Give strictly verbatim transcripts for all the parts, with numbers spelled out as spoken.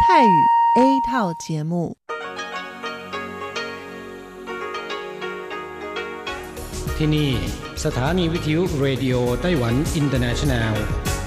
泰语 A 套节目ที่นี่สถานีวิทยุเรดิโอไต้หวันอินเตอร์เนชั่นแนล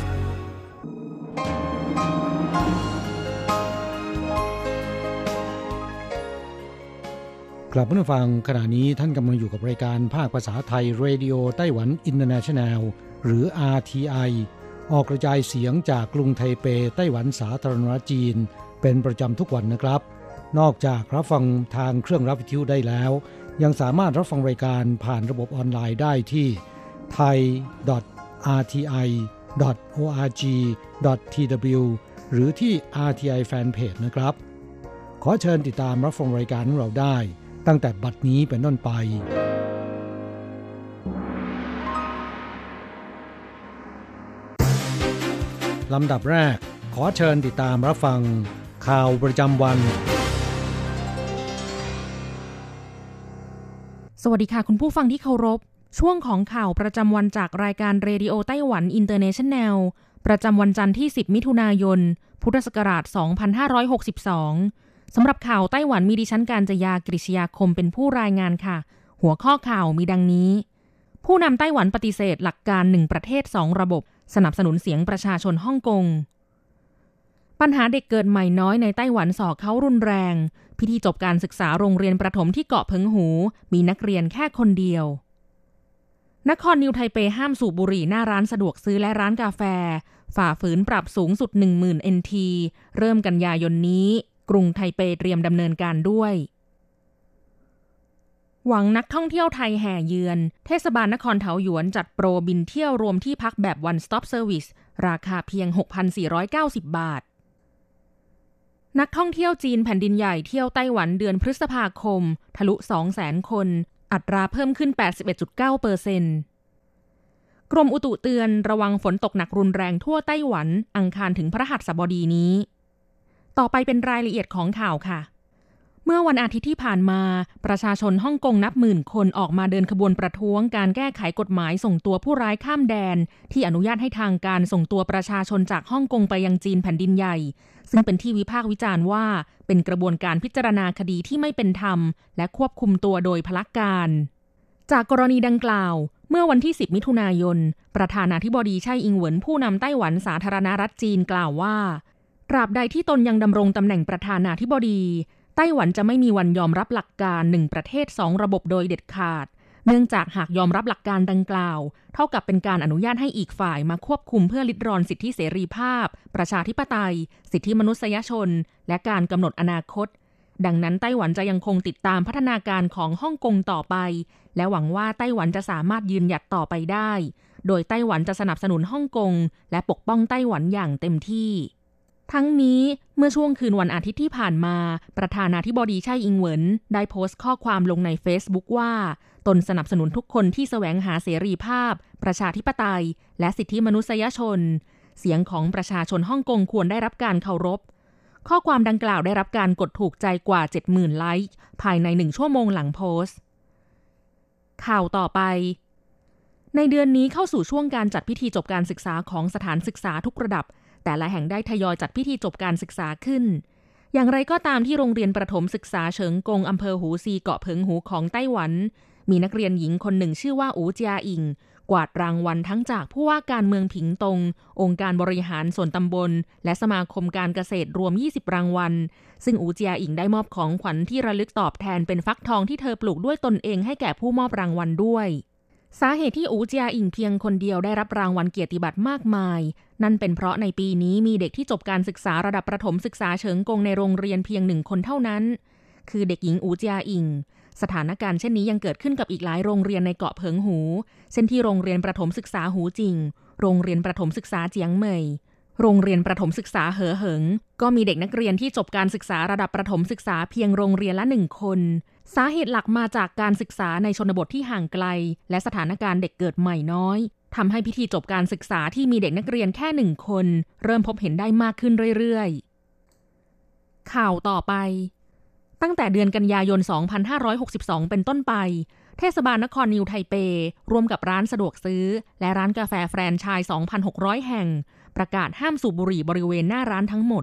กลับมาฟังขณะนี้ท่านกำลังอยู่กับรายการภาคภาษาไทยเรดิโอไต้หวันอินเตอร์เนชั่นแนลหรือ อาร์ ที ไอ ออกกระจายเสียงจากกรุงไทเปไต้หวันสาธารณรัฐจีนเป็นประจำทุกวันนะครับนอกจากรับฟังทางเครื่องรับวิทยุได้แล้วยังสามารถรับฟังรายการผ่านระบบออนไลน์ได้ที่ ไทย ดอท อาร์ ที ไอ ดอท โอ อาร์ จี ดอท ที ดับเบิลยู หรือที่ อาร์ ที ไอ Fanpage นะครับขอเชิญติดตามรับฟังรายการของเราได้ตั้งแต่บัดนี้เป็นต้นไปลำดับแรกขอเชิญติดตามรับฟังข่าวประจำวันสวัสดีค่ะคุณผู้ฟังที่เคารพช่วงของข่าวประจำวันจากรายการเรดิโอไต้หวันอินเตอร์เนชั่นแนลประจำวันจันทร์ที่สิบมิถุนายนพุทธศักราชสองพันห้าร้อยหกสิบสองสำหรับข่าวไต้หวันมีดิฉันกาญจยากฤษยาคมเป็นผู้รายงานค่ะหัวข้อข่าวมีดังนี้ผู้นำไต้หวันปฏิเสธหลักการหนึ่งประเทศสองระบบสนับสนุนเสียงประชาชนฮ่องกงปัญหาเด็กเกิดใหม่น้อยในไต้หวันส่อเค้ารุนแรงพิธีจบการศึกษาโรงเรียนประถมที่เกาะเพิงหูมีนักเรียนแค่คนเดียวนครนิวไทเปห้ามสูบบุหรี่หน้าร้านสะดวกซื้อและร้านกาแฟฝ่าฝืนปรับสูงสุด หนึ่งหมื่น เอ็น ที เริ่มกันยายนนี้กรุงไทเปเตรียมดำเนินการด้วยหวังนักท่องเที่ยวไทยแห่เยือนเทศบาลนครเถาหยวนจัดโปรบินเที่ยวรวมที่พักแบบ One Stop Service ราคาเพียง หกพันสี่ร้อยเก้าสิบ บาทนักท่องเที่ยวจีนแผ่นดินใหญ่เที่ยวไต้หวันเดือนพฤษภาคมทะลุ สองแสน คนอัตราเพิ่มขึ้น แปดสิบเอ็ดจุดเก้าเปอร์เซ็นต์ กรมอุตุเตือนระวังฝนตกหนักรุนแรงทั่วไต้หวันอังคารถึงพฤหัสบดีนี้ต่อไปเป็นรายละเอียดของข่าวค่ะเมื่อวันอาทิตย์ที่ผ่านมาประชาชนฮ่องกงนับหมื่นคนออกมาเดินขบวนประท้วงการแก้ไขกฎหมายส่งตัวผู้ร้ายข้ามแดนที่อนุญาตให้ทางการส่งตัวประชาชนจากฮ่องกงไปยังจีนแผ่นดินใหญ่ซึ่งเป็นที่วิพากษ์วิจารณ์ว่าเป็นกระบวนการพิจารณาคดีที่ไม่เป็นธรรมและควบคุมตัวโดยพละการจากกรณีดังกล่าวเมื่อวันที่สิบมิถุนายนประธานาธิบดีไช่อิงเหวินผู้นำไต้หวันสาธารณรัฐจีนกล่าวว่าตราบใดที่ตนยังดำรงตำแหน่งประธานาธิบดีไต้หวันจะไม่มีวันยอมรับหลักการหนึ่งประเทศสองระบบโดยเด็ดขาดเนื่องจากหากยอมรับหลักการดังกล่าวเท่ากับเป็นการอนุญาตให้อีกฝ่ายมาควบคุมเพื่อริดรอนสิทธิเสรีภาพประชาธิปไตยสิทธิมนุษยชนและการกำหนดอนาคตดังนั้นไต้หวันจะยังคงติดตามพัฒนาการของฮ่องกงต่อไปและหวังว่าไต้หวันจะสามารถยืนหยัดต่อไปได้โดยไต้หวันจะสนับสนุนฮ่องกงและปกป้องไต้หวันอย่างเต็มที่ทั้งนี้เมื่อช่วงคืนวันอาทิตย์ที่ผ่านมาประธานาธิบดีไช่อิงเหวินได้โพสต์ข้อความลงใน Facebook ว่าตนสนับสนุนทุกคนที่แสวงหาเสรีภาพประชาธิปไตยและสิทธิมนุษยชนเสียงของประชาชนฮ่องกงควรได้รับการเคารพข้อความดังกล่าวได้รับการกดถูกใจกว่า เจ็ดหมื่น ไลค์ภายในหนึ่งชั่วโมงหลังโพสต์ข่าวต่อไปในเดือนนี้เข้าสู่ช่วงการจัดพิธีจบการศึกษาของสถานศึกษาทุกระดับแต่ละแห่งได้ทยอยจัดพิธีจบการศึกษาขึ้นอย่างไรก็ตามที่โรงเรียนประถมศึกษาเฉิงกงอำเภอหูซีเกาะเพิงหูของไต้หวันมีนักเรียนหญิงคนหนึ่งชื่อว่าอูเจียอิงกวาดรางวัลทั้งจากผู้ว่าการเมืองผิงตงองค์การบริหารส่วนตำบลและสมาคมการเกษตรรวมยี่สิบรางวัลซึ่งอูเจียอิงได้มอบของขวัญที่ระลึกตอบแทนเป็นฟักทองที่เธอปลูกด้วยตนเองให้แก่ผู้มอบรางวัลด้วยสาเหตุที่อูเจียอิงเพียงคนเดียวได้รับรางวัลเกียรติบัตรมากมายนั่นเป็นเพราะในปีนี้มีเด็กที่จบการศึกษาระดับประถมศึกษาเฉิงกงในโรงเรียนเพียงหนึ่งคนเท่านั้นคือเด็กหญิงอูเจียอิงสถานการณ์เช่นนี้ยังเกิดขึ้นกับอีกหลายโรงเรียนในเกาะเพิงหูเช่นที่โรงเรียนประถมศึกษาหูจิงโรงเรียนประถมศึกษาเจียงเหมยโรงเรียนประถมศึกษาเหอเหิงก็มีเด็กนักเรียนที่จบการศึกษาระดับประถมศึกษาเพียงโรงเรียนละหนึ่งคนสาเหตุหลักมาจากการศึกษาในชนบทที่ห่างไกลและสถานการณ์เด็กเกิดใหม่น้อยทำให้พิธีจบการศึกษาที่มีเด็กนักเรียนแค่หนึ่งคนเริ่มพบเห็นได้มากขึ้นเรื่อยๆข่าวต่อไปตั้งแต่เดือนกันยายนสองพันห้าร้อยหกสิบสองเป็นต้นไปเทศบาลนครนิวไทเปร่วมกับร้านสะดวกซื้อและร้านกาแฟแฟรนไชส์ สองพันหกร้อย แห่งประกาศห้ามสูบบุหรี่บริเวณหน้าร้านทั้งหมด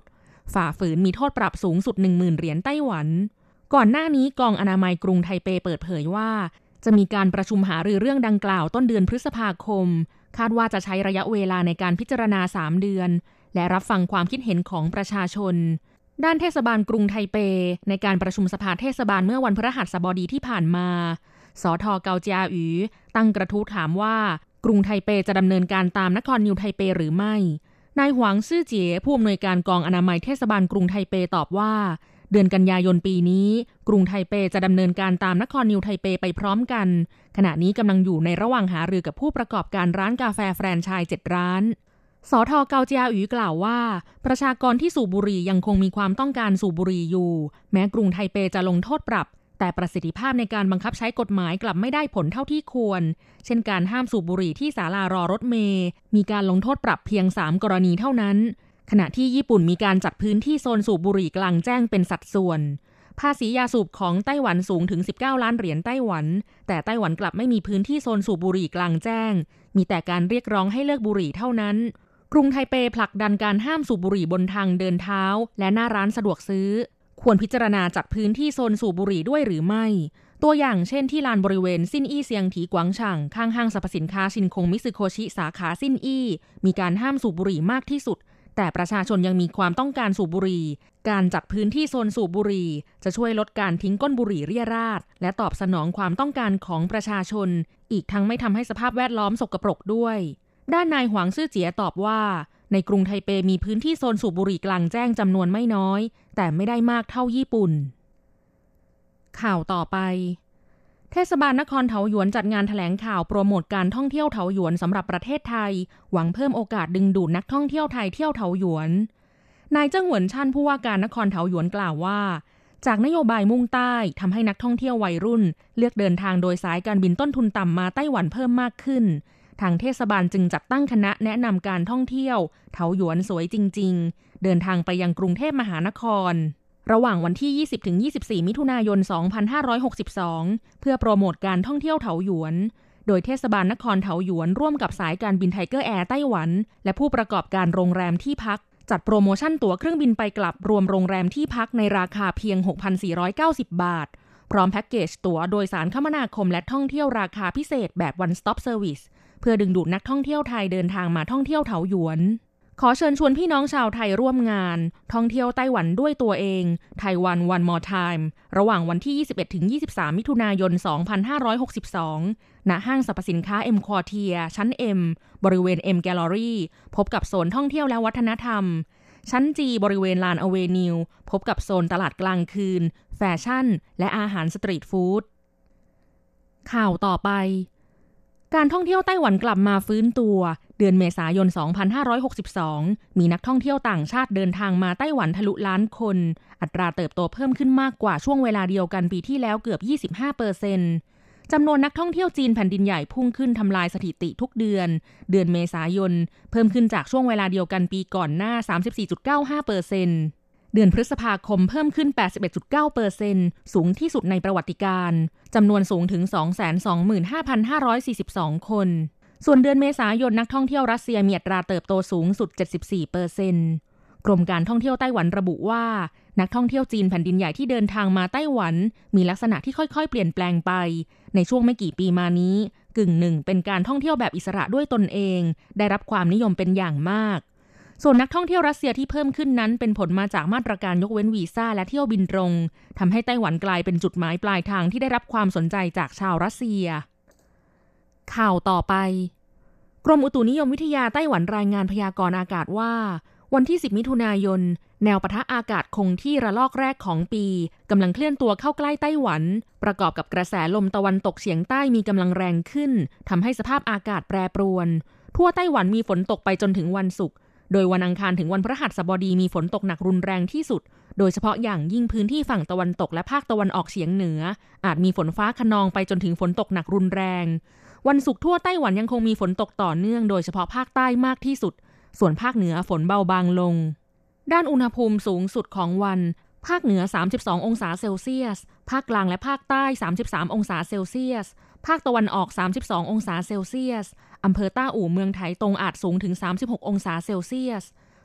ฝ่าฝืนมีโทษปรับสูงสุด หนึ่งหมื่น เหรียญไต้หวันก่อนหน้านี้กองอนามัยกรุงไทเปเปิดเผยว่าจะมีการประชุมหารือเรื่องดังกล่าวต้นเดือนพฤษภาคมคาดว่าจะใช้ระยะเวลาในการพิจารณาสามเดือนและรับฟังความคิดเห็นของประชาชนด้านเทศบาลกรุงไทเปในการประชุมสภาเทศบาลเมื่อวันพฤหัสบดีที่ผ่านมาสท.เกาเจียอู๋ตั้งกระทู้ถามว่ากรุงไทเปจะดำเนินการตามนครนิวไทเปหรือไม่นายหวังซื่อเจี๋ยผู้อำนวยการกองอนามัยเทศบาลกรุงไทเปตอบว่าเดือนกันยายนปีนี้กรุงไทเปจะดำเนินการตามนครนิวไทเปไปพร้อมกันขณะนี้กำลังอยู่ในระหว่างหารือกับผู้ประกอบการร้านกาแฟแฟรนไชส์เจ็ดร้านสท.เกาเจียอู๋กล่าวว่าประชากรที่สูบบุหรี่ยังคงมีความต้องการสูบบุหรี่อยู่แม้กรุงไทเปจะลงโทษปรับแต่ประสิทธิภาพในการบังคับใช้กฎหมายกลับไม่ได้ผลเท่าที่ควรเช่นการห้ามสูบบุหรี่ที่ศาลารอรถเมล์มีการลงโทษปรับเพียงสามกรณีเท่านั้นขณะที่ญี่ปุ่นมีการจัดพื้นที่โซนสูบบุหรี่กลางแจ้งเป็นสัดส่วนภาษียาสูบของไต้หวันสูงถึงสิบเก้าล้านเหรียญไต้หวันแต่ไต้หวันกลับไม่มีพื้นที่โซนสูบบุหรี่กลางแจ้งมีแต่การเรียกร้องให้เลิกบุหรี่เท่านั้นกรุงไทเปผลักดันการห้ามสูบบุหรี่บนทางเดินเท้าและหน้าร้านสะดวกซื้อควรพิจารณาจัดพื้นที่โซนสูบบุหรี่ด้วยหรือไม่ตัวอย่างเช่นที่ลานบริเวณซินอี้เซียงถีกวางฉ่างข้างห้างสรรพสินค้าชินคงมิซึโคชิสาขาซินอี้มีการห้ามสูบบุหรี่มากที่สุดแต่ประชาชนยังมีความต้องการสูบบุหรี่การจัดพื้นที่โซนสูบบุหรี่จะช่วยลดการทิ้งก้นบุหรี่เรี่ยราดและตอบสนองความต้องการของประชาชนอีกทั้งไม่ทำให้สภาพแวดล้อมสกปรกด้วยด้านนายหวังซื่อเจี๋ยตอบว่าในกรุงไทเปมีพื้นที่โซนสูบบุหรี่กลางแจ้งจำนวนไม่น้อยแต่ไม่ได้มากเท่าญี่ปุ่นข่าวต่อไปเทศบาลนครเถาหยวนจัดงานแถลงข่าวโปรโมทการท่องเที่ยวเถาหยวนสำหรับประเทศไทยหวังเพิ่มโอกาสดึงดูดนักท่องเที่ยวไทยเที่ยวเถาหยวนนายเจิ้งเหวินชั่นผู้ว่าการนครเถาหยวนกล่าวว่าจากนโยบายมุ่งใต้ทำให้นักท่องเที่ยววัยรุ่นเลือกเดินทางโดยสายการบินต้นทุนต่ำมาไต้หวันเพิ่มมากขึ้นทางเทศบาลจึงจัดตั้งคณะแนะนำการท่องเที่ยวเถาหยวนสวยจริงๆเดินทางไปยังกรุงเทพมหานครระหว่างวันที่ ยี่สิบถึงยี่สิบสี่ มิถุนายน สองพันห้าร้อยหกสิบสอง เพื่อโปรโมทการท่องเที่ยวเถาหยวนโดยเทศบาลนครเถาหยวนร่วมกับสายการบินไทเกอร์แอร์ไต้หวันและผู้ประกอบการโรงแรมที่พักจัดโปรโมชั่นตั๋วเครื่องบินไปกลับรวมโรงแรมที่พักในราคาเพียง หกพันสี่ร้อยเก้าสิบ บาทพร้อมแพ็กเกจตั๋วโดยสารคมนาคมและท่องเที่ยวราคาพิเศษแบบ One Stop Service เพื่อดึงดูดนักท่องเที่ยวไทยเดินทางมาท่องเที่ยวเถาหยวนขอเชิญชวนพี่น้องชาวไทยร่วมงานท่องเที่ยวไต้หวันด้วยตัวเองไต้หวัน One More Time ระหว่างวันที่ ยี่สิบเอ็ดถึงยี่สิบสาม มิถุนายน สองพันห้าร้อยหกสิบสอง ณ ห้างสรรพสินค้า M Quartier ชั้น M บริเวณ M Gallery พบกับโซนท่องเที่ยวและวัฒนธรรมชั้น G บริเวณลานอเวนิวพบกับโซนตลาดกลางคืนแฟชั่นและอาหารสตรีทฟู้ดข่าวต่อไปการท่องเที่ยวไต้หวันกลับมาฟื้นตัวเดือนเมษายน สองพันห้าร้อยหกสิบสอง มีนักท่องเที่ยวต่างชาติเดินทางมาไต้หวันทะลุล้านคนอัตราเติบโตเพิ่มขึ้นมากกว่าช่วงเวลาเดียวกันปีที่แล้วเกือบ ยี่สิบห้าเปอร์เซ็นต์ จำนวนนักท่องเที่ยวจีนแผ่นดินใหญ่พุ่งขึ้นทำลายสถิติทุกเดือนเดือนเมษายนเพิ่มขึ้นจากช่วงเวลาเดียวกันปีก่อนหน้า สามสิบสี่จุดเก้าห้าเปอร์เซ็นต์ เดือนพฤษภาคมเพิ่มขึ้น แปดสิบเอ็ดจุดเก้าเปอร์เซ็นต์ สูงที่สุดในประวัติการจำนวนสูงถึง สองแสนสองหมื่นห้าพันห้าร้อยสี่สิบสอง คนส่วนเดือนเมษายนนักท่องเที่ยวรัสเซียมีอัตราเติบโตสูงสุด เจ็ดสิบสี่เปอร์เซ็นต์ กรมการท่องเที่ยวไต้หวันระบุว่านักท่องเที่ยวจีนแผ่นดินใหญ่ที่เดินทางมาไต้หวันมีลักษณะที่ค่อยๆเปลี่ยนแปลงไปในช่วงไม่กี่ปีมานี้กึ่งหนึ่งเป็นการท่องเที่ยวแบบอิสระด้วยตนเองได้รับความนิยมเป็นอย่างมากส่วนนักท่องเที่ยวรัสเซียที่เพิ่มขึ้นนั้นเป็นผลมาจากมาตรการยกเว้นวีซ่าและเที่ยวบินตรงทำให้ไต้หวันกลายเป็นจุดหมายปลายทางที่ได้รับความสนใจจากชาวรัสเซียข่าวต่อไปกรมอุตุนิยมวิทยาไต้หวันรายงานพยากรณ์อากาศว่าวันที่สิบมิถุนายนแนวปะทะอากาศคงที่ระลอกแรกของปีกำลังเคลื่อนตัวเข้าใกล้ไต้หวันประกอบกับกระแสลมตะวันตกเฉียงใต้มีกำลังแรงขึ้นทำให้สภาพอากาศแปรปรวนทั่วไต้หวันมีฝนตกไปจนถึงวันศุกร์โดยวันอังคารถึงวันพฤหัสบดีมีฝนตกหนักรุนแรงที่สุดโดยเฉพาะอย่างยิ่งพื้นที่ฝั่งตะวันตกและภาคตะวันออกเฉียงเหนืออาจมีฝนฟ้าคะนองไปจนถึงฝนตกหนักรุนแรงวันศุกร์ทั่วไต้หวันยังคงมีฝนตกต่อเนื่องโดยเฉพาะภาคใต้มากที่สุดส่วนภาคเหนือฝนเบาบางลงด้านอุณหภูมิสูงสุดของวันภาคเหนือสามสิบสององศาเซลเซียสภาคกลางและภาคใต้สามสิบสามองศาเซลเซียสภาคตะวันออกสามสิบสององศาเซลเซียสอำเภอต้าอู่เมืองไถตงอาจสูงถึงสามสิบหกองศาเซลเซียส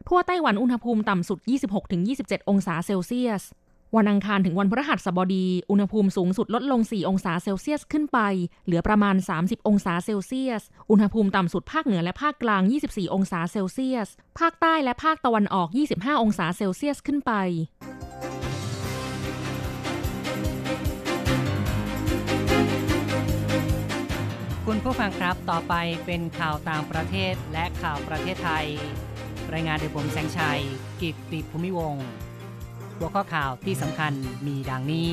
ทั่วไต้หวันอุณหภูมิต่ำสุด ยี่สิบหกถึงยี่สิบเจ็ด องศาเซลเซียสวันอังคารถึงวันพฤหัสบดีอุณหภูมิสูงสุดลดลงสี่องศาเซลเซียสขึ้นไปเหลือประมาณสามสิบองศาเซลเซียสอุณหภูมิต่ำสุดภาคเหนือและภาคกลางยี่สิบสี่องศาเซลเซียสภาคใต้และภาคตะวันออกยี่สิบห้าองศาเซลเซียสขึ้นไปคุณผู้ฟังครับต่อไปเป็นข่าวต่างประเทศและข่าวประเทศไทยรายงานโดยผมแสงชัยกิตติภูมิวงศ์หัวข้อข่าวที่สำคัญมีดังนี้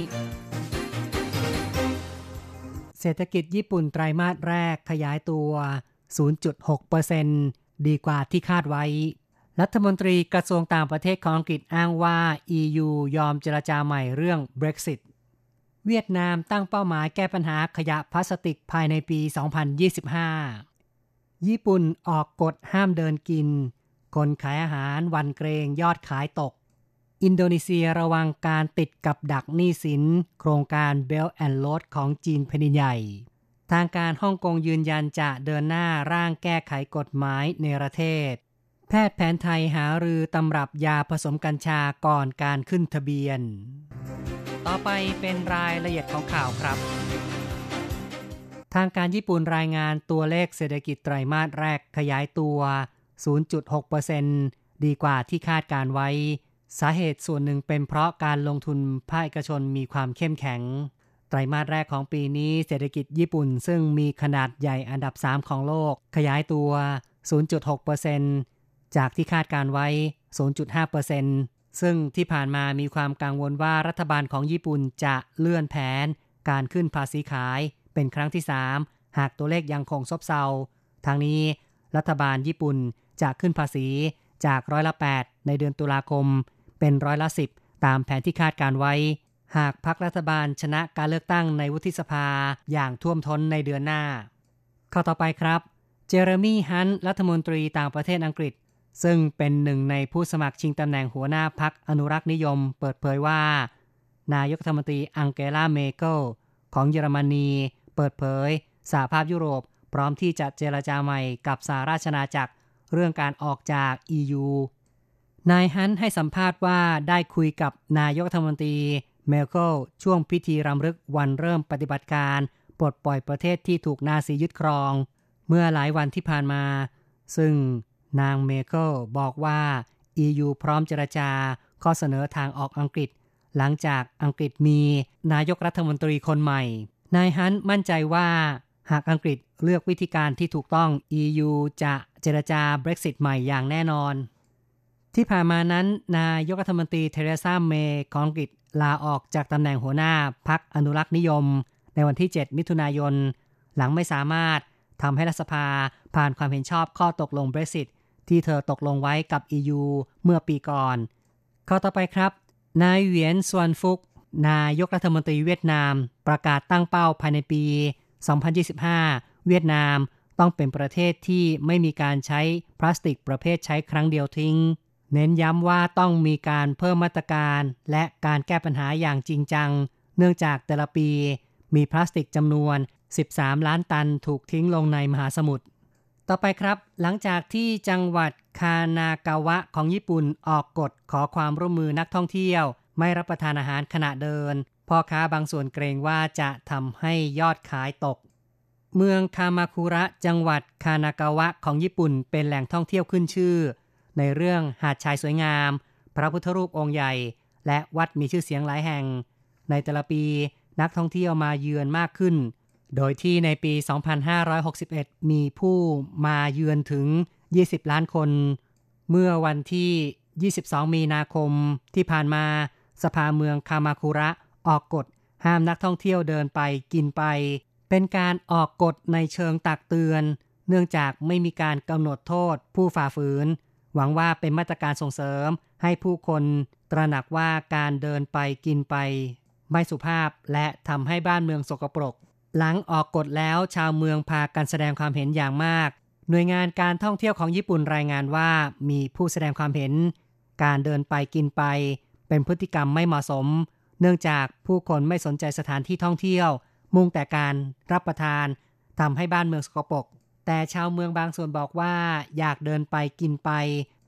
เศรษฐกิจญี่ปุ่นไตรมาสแรกขยายตัว ศูนย์จุดหกเปอร์เซ็นต์ ดีกว่าที่คาดไว้รัฐมนตรีกระทรวงต่างประเทศของอังกฤษอ้างว่า อี ยู ยอมเจรจาใหม่เรื่อง Brexit เวียดนามตั้งเป้าหมายแก้ปัญหาขยะพลาสติกภายในปี สองพันยี่สิบห้า ญี่ปุ่นออกกฎห้ามเดินกินคนขายอาหารหวั่นเกรงยอดขายตกอินโดนีเซียระวังการติดกับดักหนี้สินโครงการ Belt and Road ของจีนแผ่นดินใหญ่ทางการฮ่องกงยืนยันจะเดินหน้าร่างแก้ไขกฎหมายในประเทศแพทย์แผนไทยหารือตำรับยาผสมกัญชาก่อนการขึ้นทะเบียนต่อไปเป็นรายละเอียดของข่าวครับทางการญี่ปุ่นรายงานตัวเลขเศรษฐกิจไตรมาสแรกขยายตัว ศูนย์จุดหกเปอร์เซ็นต์ ดีกว่าที่คาดการไว้สาเหตุส่วนหนึ่งเป็นเพราะการลงทุนภาคเอกชนมีความเข้มแข็งไตรมาสแรกของปีนี้เศรษฐกิจญี่ปุ่นซึ่งมีขนาดใหญ่อันดับสามของโลกขยายตัว ศูนย์จุดหกเปอร์เซ็นต์ จากที่คาดการไว้ ศูนย์จุดห้าเปอร์เซ็นต์ ซึ่งที่ผ่านมามีความกังวลว่ารัฐบาลของญี่ปุ่นจะเลื่อนแผนการขึ้นภาษีขายเป็นครั้งที่สามหากตัวเลขยังคงซบเซาทางนี้รัฐบาลญี่ปุ่นจะขึ้นภาษีจากร้อยละแปดในเดือนตุลาคมเป็นร้อยละสิบตามแผนที่คาดการไว้หากพรรครัฐบาลชนะการเลือกตั้งในวุฒิสภาอย่างท่วมท้นในเดือนหน้าข้อต่อไปครับเจเรมี่ฮันต์รัฐมนตรีต่างประเทศอังกฤษซึ่งเป็นหนึ่งในผู้สมัครชิงตำแหน่งหัวหน้าพรรคอนุรักษ์นิยมเปิดเผยว่านายกรัฐมนตรีอังเกลาเมเคิลของเยอรมนีเปิดเผยสหภาพยุโรปพร้อมที่จะเจรจาใหม่กับสหราชอาณาจักรเรื่องการออกจาก อี ยู นายฮันต์ให้สัมภาษณ์ว่าได้คุยกับนายกรัฐมนตรีเมเคิลช่วงพิธีรำลึกวันเริ่มปฏิบัติการปลดปล่อยประเทศที่ถูกนาซียึดครองเมื่อหลายวันที่ผ่านมาซึ่งนางเมเคิลบอกว่า อี ยู พร้อมเจรจาข้อเสนอทางออกอังกฤษหลังจากอังกฤษมีนายกรัฐมนตรีคนใหม่นายฮันต์มั่นใจว่าหากอังกฤษเลือกวิธีการที่ถูกต้อง อี ยู จะเจรจา Brexit ใหม่อย่างแน่นอนที่ผ่านมานั้นนายกรัฐมนตรีเทเรซาเมย์ของอังกฤษลาออกจากตำแหน่งหัวหน้าพรรคอนุรักษ์นิยมในวันที่เจ็ดมิถุนายนหลังไม่สามารถทำให้รัฐสภาผ่านความเห็นชอบข้อตกลง Brexit ที่เธอตกลงไว้กับ อี ยู เมื่อปีก่อนข้อต่อไปครับนายเหวียนซวนฟุกนายกรัฐมนตรีเวียดนามประกาศตั้งเป้าภายในปี สองพันยี่สิบห้า เวียดนามต้องเป็นประเทศที่ไม่มีการใช้พลาสติกประเภทใช้ครั้งเดียวทิ้งเน้นย้ำว่าต้องมีการเพิ่มมาตรการและการแก้ปัญหาอย่างจริงจังเนื่องจากแต่ละปีมีพลาสติกจำนวนสิบสามล้านตันถูกทิ้งลงในมหาสมุทรต่อไปครับหลังจากที่จังหวัดคานากาวะของญี่ปุ่นออกกฎขอความร่วมมือนักท่องเที่ยวไม่รับประทานอาหารขณะเดินพ่อค้าบางส่วนเกรงว่าจะทำให้ยอดขายตกเมืองคามาคุระจังหวัดคานากาวะของญี่ปุ่นเป็นแหล่งท่องเที่ยวขึ้นชื่อในเรื่องหาดทรายสวยงามพระพุทธรูปองค์ใหญ่และวัดมีชื่อเสียงหลายแห่งในแต่ละปีนักท่องเที่ยวมาเยือนมากขึ้นโดยที่ในปี สองพันห้าร้อยหกสิบเอ็ด มีผู้มาเยือนถึง ยี่สิบล้านคนเมื่อวันที่ ยี่สิบสอง มีนาคมที่ผ่านมาสภาเมืองคามาคุระออกกฎห้ามนักท่องเที่ยวเดินไปกินไปเป็นการออกกฎในเชิงตักเตือนเนื่องจากไม่มีการกำหนดโทษผู้ฝ่าฝืนหวังว่าเป็นมาตรการส่งเสริมให้ผู้คนตระหนักว่าการเดินไปกินไปไม่สุภาพและทำให้บ้านเมืองสกปรกหลังออกกฎแล้วชาวเมืองพากันแสดงความเห็นอย่างมากหน่วยงานการท่องเที่ยวของญี่ปุ่นรายงานว่ามีผู้แสดงความเห็นการเดินไปกินไปเป็นพฤติกรรมไม่เหมาะสมเนื่องจากผู้คนไม่สนใจสถานที่ท่องเที่ยวมุ่งแต่การรับประทานทำให้บ้านเมืองสกปรกแต่ชาวเมืองบางส่วนบอกว่าอยากเดินไปกินไป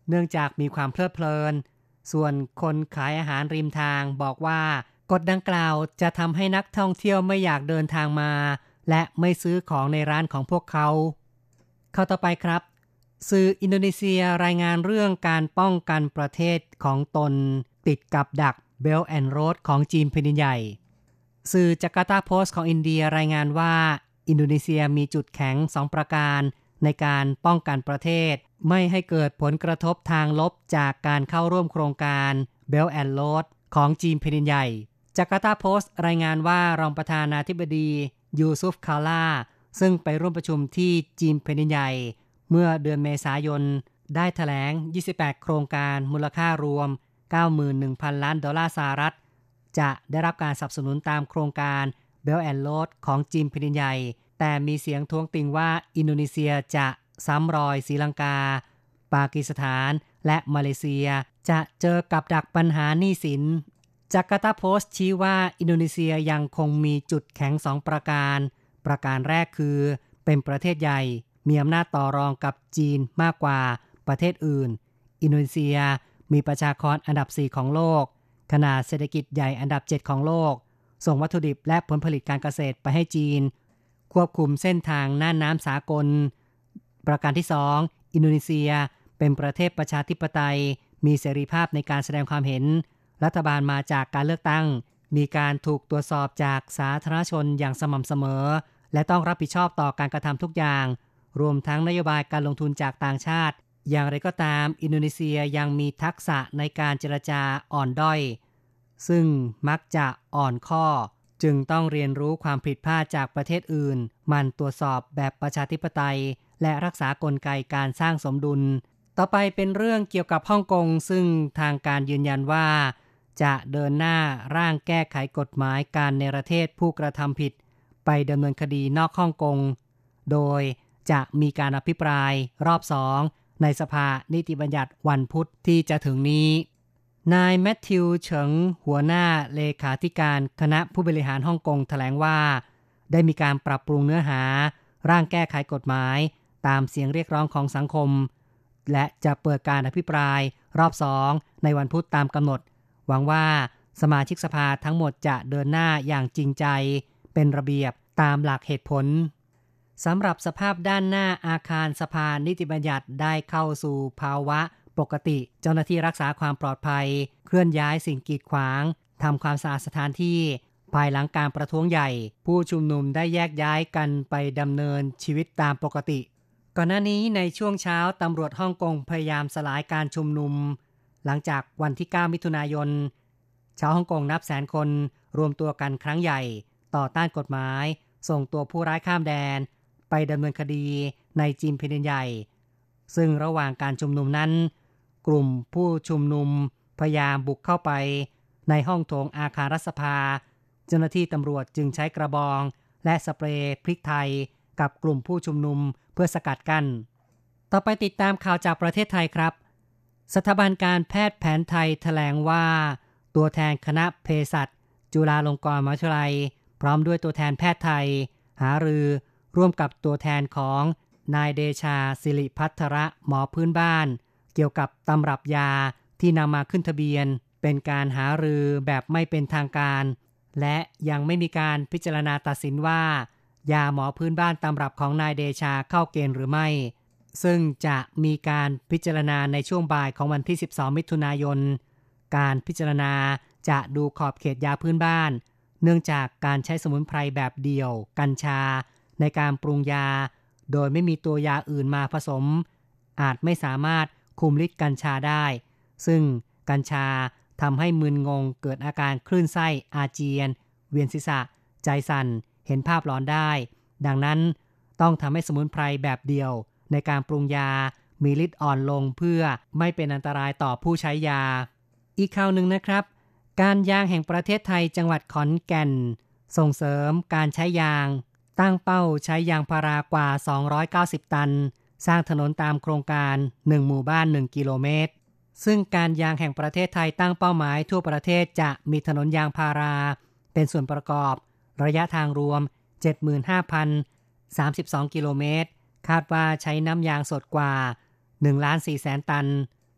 เนื่องจากมีความเพลิดเพลินส่วนคนขายอาหารริมทางบอกว่ากฎดังกล่าวจะทำให้นักท่องเที่ยวไม่อยากเดินทางมาและไม่ซื้อของในร้านของพวกเขาเข้าต่อไปครับสื่ออินโดนีเซียรายงานเรื่องการป้องกันประเทศของตนติดกับดัก Belt and Road ของจีนแผ่นดินใหญ่สื่อจาการ์ตาโพสต์ของอินเดียรายงานว่าอินโดนีเซียมีจุดแข็งสองประการในการป้องกันประเทศไม่ให้เกิดผลกระทบทางลบจากการเข้าร่วมโครงการ Belt and Road ของจีนแผ่นดินใหญ่จาการ์ตาโพสต์รายงานว่ารองประธานาธิบดียูซุฟคาลาซึ่งไปร่วมประชุมที่จีนแผ่นดินใหญ่เมื่อเดือนเมษายนได้แถลงยี่สิบแปดโครงการมูลค่ารวม เก้าหมื่นหนึ่งพัน ล้านดอลลาร์สหรัฐจะได้รับการสนับสนุนตามโครงการ Belt and Road ของจีนแผ่นดินใหญ่แต่มีเสียงท้วงติงว่าอินโดนีเซียจะซ้ำรอยศรีลังกาปากีสถานและมาเลเซียจะเจอกับดักปัญหาหนี้สินจาการ์ตาโพสต์ชี้ว่าอินโดนีเซียยังคงมีจุดแข็งสองประการประการแรกคือเป็นประเทศใหญ่มีอำนาจต่อรองกับจีนมากกว่าประเทศอื่นอินโดนีเซียมีประชากรอันดับสี่ของโลกขนาดเศรษฐกิจใหญ่อันดับเจ็ดของโลกส่งวัตถุดิบและผลผลิตการเกษตรไปให้จีนควบคุมเส้นทางน่านน้ำสากลประการที่สองอินโดนีเซียเป็นประเทศประชาธิปไตยมีเสรีภาพในการแสดงความเห็นรัฐบาลมาจากการเลือกตั้งมีการถูกตรวจสอบจากสาธารณชนอย่างสม่ำเสมอและต้องรับผิดชอบต่อการกระทำทุกอย่างรวมทั้งนโยบายการลงทุนจากต่างชาติอย่างไรก็ตามอินโดนีเซียยังมีทักษะในการเจรจาอ่อนด้อยซึ่งมักจะอ่อนข้อจึงต้องเรียนรู้ความผิดพลาดจากประเทศอื่นมันตรวจสอบแบบประชาธิปไตยและรักษากลไกการสร้างสมดุลต่อไปเป็นเรื่องเกี่ยวกับฮ่องกงซึ่งทางการยืนยันว่าจะเดินหน้าร่างแก้ไขกฎหมายการเนรเทศผู้กระทำผิดไปดำเนินคดีนอกฮ่องกงโดยจะมีการอภิปรายรอบสองในสภานิติบัญญัติวันพุธที่จะถึงนี้นายแมทธิวเฉิงหัวหน้าเลขาธิการคณะผู้บริหารฮ่องกงแถลงว่าได้มีการปรับปรุงเนื้อหาร่างแก้ไขกฎหมายตามเสียงเรียกร้องของสังคมและจะเปิดการอภิปรายรอบสองในวันพุธตามกำหนดหวังว่าสมาชิกสภาทั้งหมดจะเดินหน้าอย่างจริงใจเป็นระเบียบตามหลักเหตุผลสำหรับสภาพด้านหน้าอาคารสภานิติบัญญัติได้เข้าสู่ภาวะปกติเจ้าหน้าที่รักษาความปลอดภัยเคลื่อนย้ายสิ่งกีดขวางทำความสะอาดสถานที่ภายหลังการประท้วงใหญ่ผู้ชุมนุมได้แยกย้ายกันไปดำเนินชีวิตตามปกติก่อนหน้านี้ในช่วงเช้าตำรวจฮ่องกงพยายามสลายการชุมนุมหลังจากวันที่เก้ามิถุนายนชาวฮ่องกงนับแสนคนรวมตัวกันครั้งใหญ่ต่อต้านกฎหมายส่งตัวผู้ร้ายข้ามแดนไปดำเนินคดีในจีนแผ่นดินใหญ่ซึ่งระหว่างการชุมนุมนั้นกลุ่มผู้ชุมนุมพยายามบุกเข้าไปในห้องโถงอาคารรัฐสภาเจ้าหน้าที่ตำรวจจึงใช้กระบองและสเปรย์พริกไทยกับกลุ่มผู้ชุมนุมเพื่อสกัดกั้นต่อไปติดตามข่าวจากประเทศไทยครับสถาบันการแพทย์แผนไทยแถลงว่าตัวแทนคณะเภสัชจุฬาลงกรณ์มหาวิทยาลัยพร้อมด้วยตัวแทนแพทย์ไทยหารือร่วมกับตัวแทนของนายเดชาศิริภัทระหมอพื้นบ้านเกี่ยวกับตำรับยาที่นำมาขึ้นทะเบียนเป็นการหารือแบบไม่เป็นทางการและยังไม่มีการพิจารณาตัดสินว่ายาหมอพื้นบ้านตำรับของนายเดชาเข้าเกณฑ์หรือไม่ซึ่งจะมีการพิจารณาในช่วงบ่ายของวันที่สิบสองมิถุนายนการพิจารณาจะดูขอบเขตยาพื้นบ้านเนื่องจากการใช้สมุนไพรแบบเดี่ยวกัญชาในการปรุงยาโดยไม่มีตัวยาอื่นมาผสมอาจไม่สามารถคุมฤทธิ์กัญชาได้ซึ่งกัญชาทำให้มึนงงเกิดอาการคลื่นไส้อาเจียนเวียนศีรษะใจสั่นเห็นภาพหลอนได้ดังนั้นต้องทำให้สมุนไพรแบบเดียวในการปรุงยามีฤทธิ์อ่อนลงเพื่อไม่เป็นอันตรายต่อผู้ใช้ยาอีกข่าวหนึ่งนะครับการยางแห่งประเทศไทยจังหวัดขอนแก่นส่งเสริมการใช้ยางตั้งเป้าใช้ยางพารากว่าสองร้อยเก้าสิบตันสร้างถนนตามโครงการหนึ่งหมู่บ้านหนึ่งกิโลเมตรซึ่งการยางแห่งประเทศไทยตั้งเป้าหมายทั่วประเทศจะมีถนนยางพาราเป็นส่วนประกอบระยะทางรวม เจ็ดหมื่นห้าพันสามสิบสอง กิโลเมตรคาดว่าใช้น้ำยางสดกว่า หนึ่งล้านสี่แสน ตัน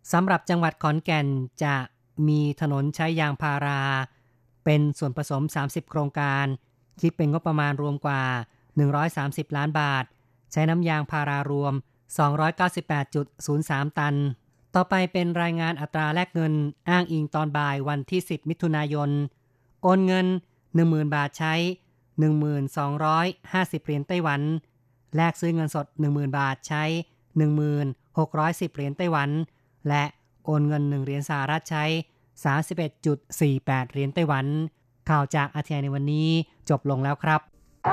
สำหรับจังหวัดขอนแก่นจะมีถนนใช้ยางพาราเป็นส่วนผสมสามสิบโครงการคิดเป็นงบประมาณรวมกว่าหนึ่งร้อยสามสิบล้านบาทใช้น้ำยางพารารวม สองร้อยเก้าสิบแปดจุดศูนย์สาม ตันต่อไปเป็นรายงานอัตราแลกเงินอ้างอิงตอนบ่ายวันที่สิบมิถุนายนโอนเงิน หนึ่งหมื่น บาทใช้ หนึ่งพันสองร้อยห้าสิบ เหรียญไต้หวันแลกซื้อเงินสด หนึ่งหมื่น บาทใช้ หนึ่งพันหกร้อยสิบ เหรียญไต้หวันและโอนเงินหนึ่งเหรียญสหรัฐใช้ สามสิบเอ็ดจุดสี่แปด เหรียญไต้หวันข่าวจากอาร์ ที ไอ ในวันนี้จบลงแล้วครับ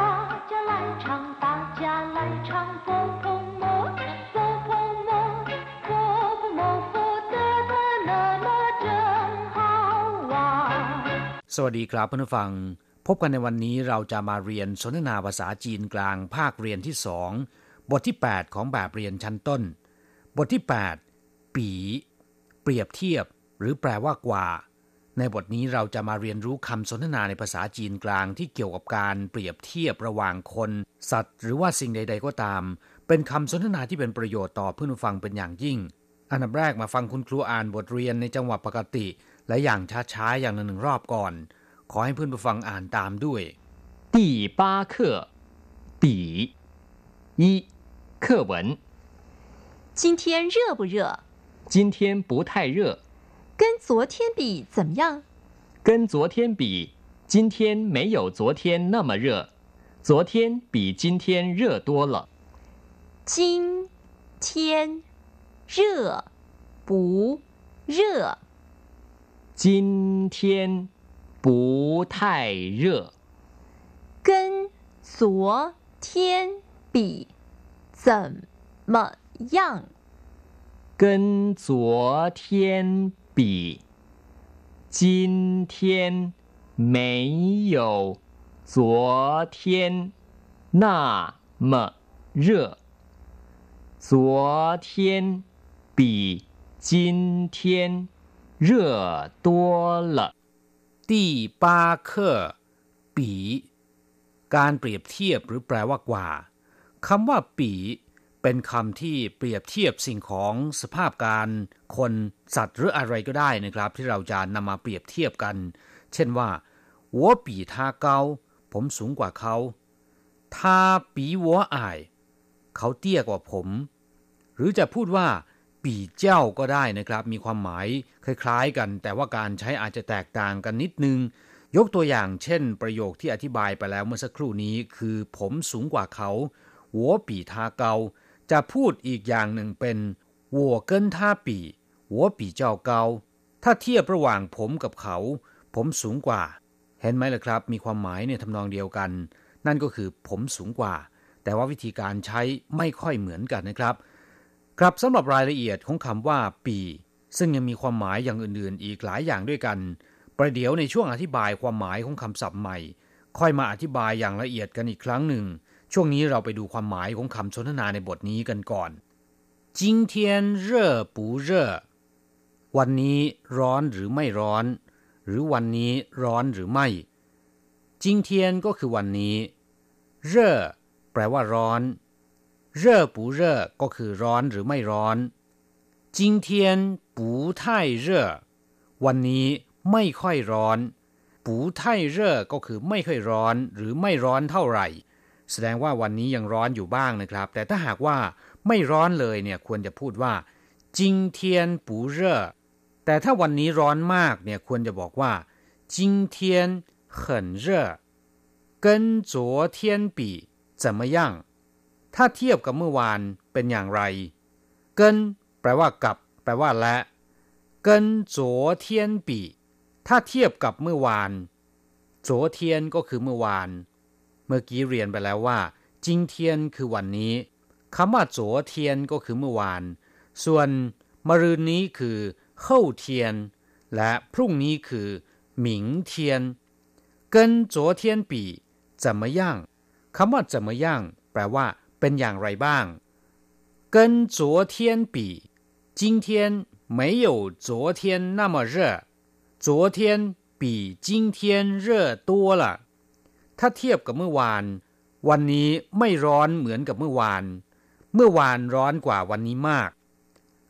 สวัสดีครับเพื่อนผู้ฟังพบกันในวันนี้เราจะมาเรียนสนทนาภาษาจีนกลางภาคเรียนที่สองบทที่แปดของแบบเรียนชั้นต้นบทที่แปดปีเปรียบเทียบหรือแปลว่ากว่าในบทนี้เราจะมาเรียนรู้คำสนทนาในภาษาจีนกลางที่เกี่ยวกับการเปรียบเทียบระหว่างคนสัตว์หรือว่าสิ่งใดๆก็ตามเป็นคำสนทนาที่เป็นประโยชน์ต่อเพื่อนผู้ฟังเป็นอย่างยิ่งอันดับแรกมาฟังคุณครูอ่านบทเรียนในจังหวะปกติและอย่างช้าๆอย่างหนึ่งรอบก่อนขอให้เพื่อนผู้ฟังอ่านตามด้วย第八课比一课文今天热不热？ 今天不太热跟昨天比怎么样？ 跟昨天比今天没有昨天那么热昨天比今天热多了今天热不热？ 今天不太热跟昨天比怎么样？ 跟昨天比今天没有昨天那么热昨天比今天热多了第八课ปีการเปรียบเทียบหรือแปลว่ากว่าคำว่าปีเป็นคำที่เปรียบเทียบสิ่งของสภาพการคนสัตว์หรืออะไรก็ได้นะครับที่เราจะนำมาเปรียบเทียบกันเช่นว่า我比他高ผมสูงกว่าเขา他比我矮เขาเตี้ยกว่าผมหรือจะพูดว่าปีเจ้าก็ได้นะครับมีความหมายคล้ายๆกันแต่ว่าการใช้อาจจะแตกต่างกันนิดนึงยกตัวอย่างเช่นประโยคที่อธิบายไปแล้วเมื่อสักครู่นี้คือผมสูงกว่าเขา我比他高จะพูดอีกอย่างหนึ่งเป็น我跟他比我比较高ถ้าเทียบระหว่างผมกับเขาผมสูงกว่าเห็นไหมล่ะครับมีความหมายในทำนองเดียวกันนั่นก็คือผมสูงกว่าแต่ว่าวิธีการใช้ไม่ค่อยเหมือนกันนะครับครับสำหรับรายละเอียดของคำว่าปีซึ่งยังมีความหมายอย่างอื่นๆอีกหลายอย่างด้วยกันประเดี๋ยวในช่วงอธิบายความหมายของคำศัพท์ใหม่ค่อยมาอธิบายอย่างละเอียดกันอีกครั้งหนึ่งช่วงนี้เราไปดูความหมายของคำสนทนาในบทนี้กันก่อน今天热不热วันนี้ร้อนหรือไม่ร้อนหรือวันนี้ร้อนหรือไม่今天ก็คือวันนี้热แปลว่าร้อน热不热ก็คือร้อนหรือไม่ร้อน今天不太热วันนี้ไม่ค่อยร้อน不太热ก็คือไม่ค่อยร้อนหรือไม่ร้อนเท่าไหร่แสดงว่าวันนี้ยังร้อนอยู่บ้างนะครับแต่ถ้าหากว่าไม่ร้อนเลยเนี่ยควรจะพูดว่า今天不热แต่ถ้าวันนี้ร้อนมากเนี่ยควรจะบอกว่า今天很热跟昨天比怎么样ถ้าเทียบกับเมื่อวานเป็นอย่างไร跟แปลว่ากับแปลว่าและ跟昨天比ถ้าเทียบกับเมื่อวาน昨天ก็คือเมื่อวานเมื่อกี้เรียนไปแล้วว่า今天คือวันนี้คำว่า昨天ก็คือเมื่อวานส่วนมะรืนนี้คือ后天และพรุ่งนี้คือ明天跟昨天比怎么样คำว่า怎么样แปลว่าเป็นอย่างไรบ้าง跟昨天比今天没有昨天那么热昨天比今天热多了ถ้าเทียบกับเมื่อวานวันนี้ไม่ร้อนเหมือนกับเมื่อวานเมื่อวานร้อนกว่าวันนี้มาก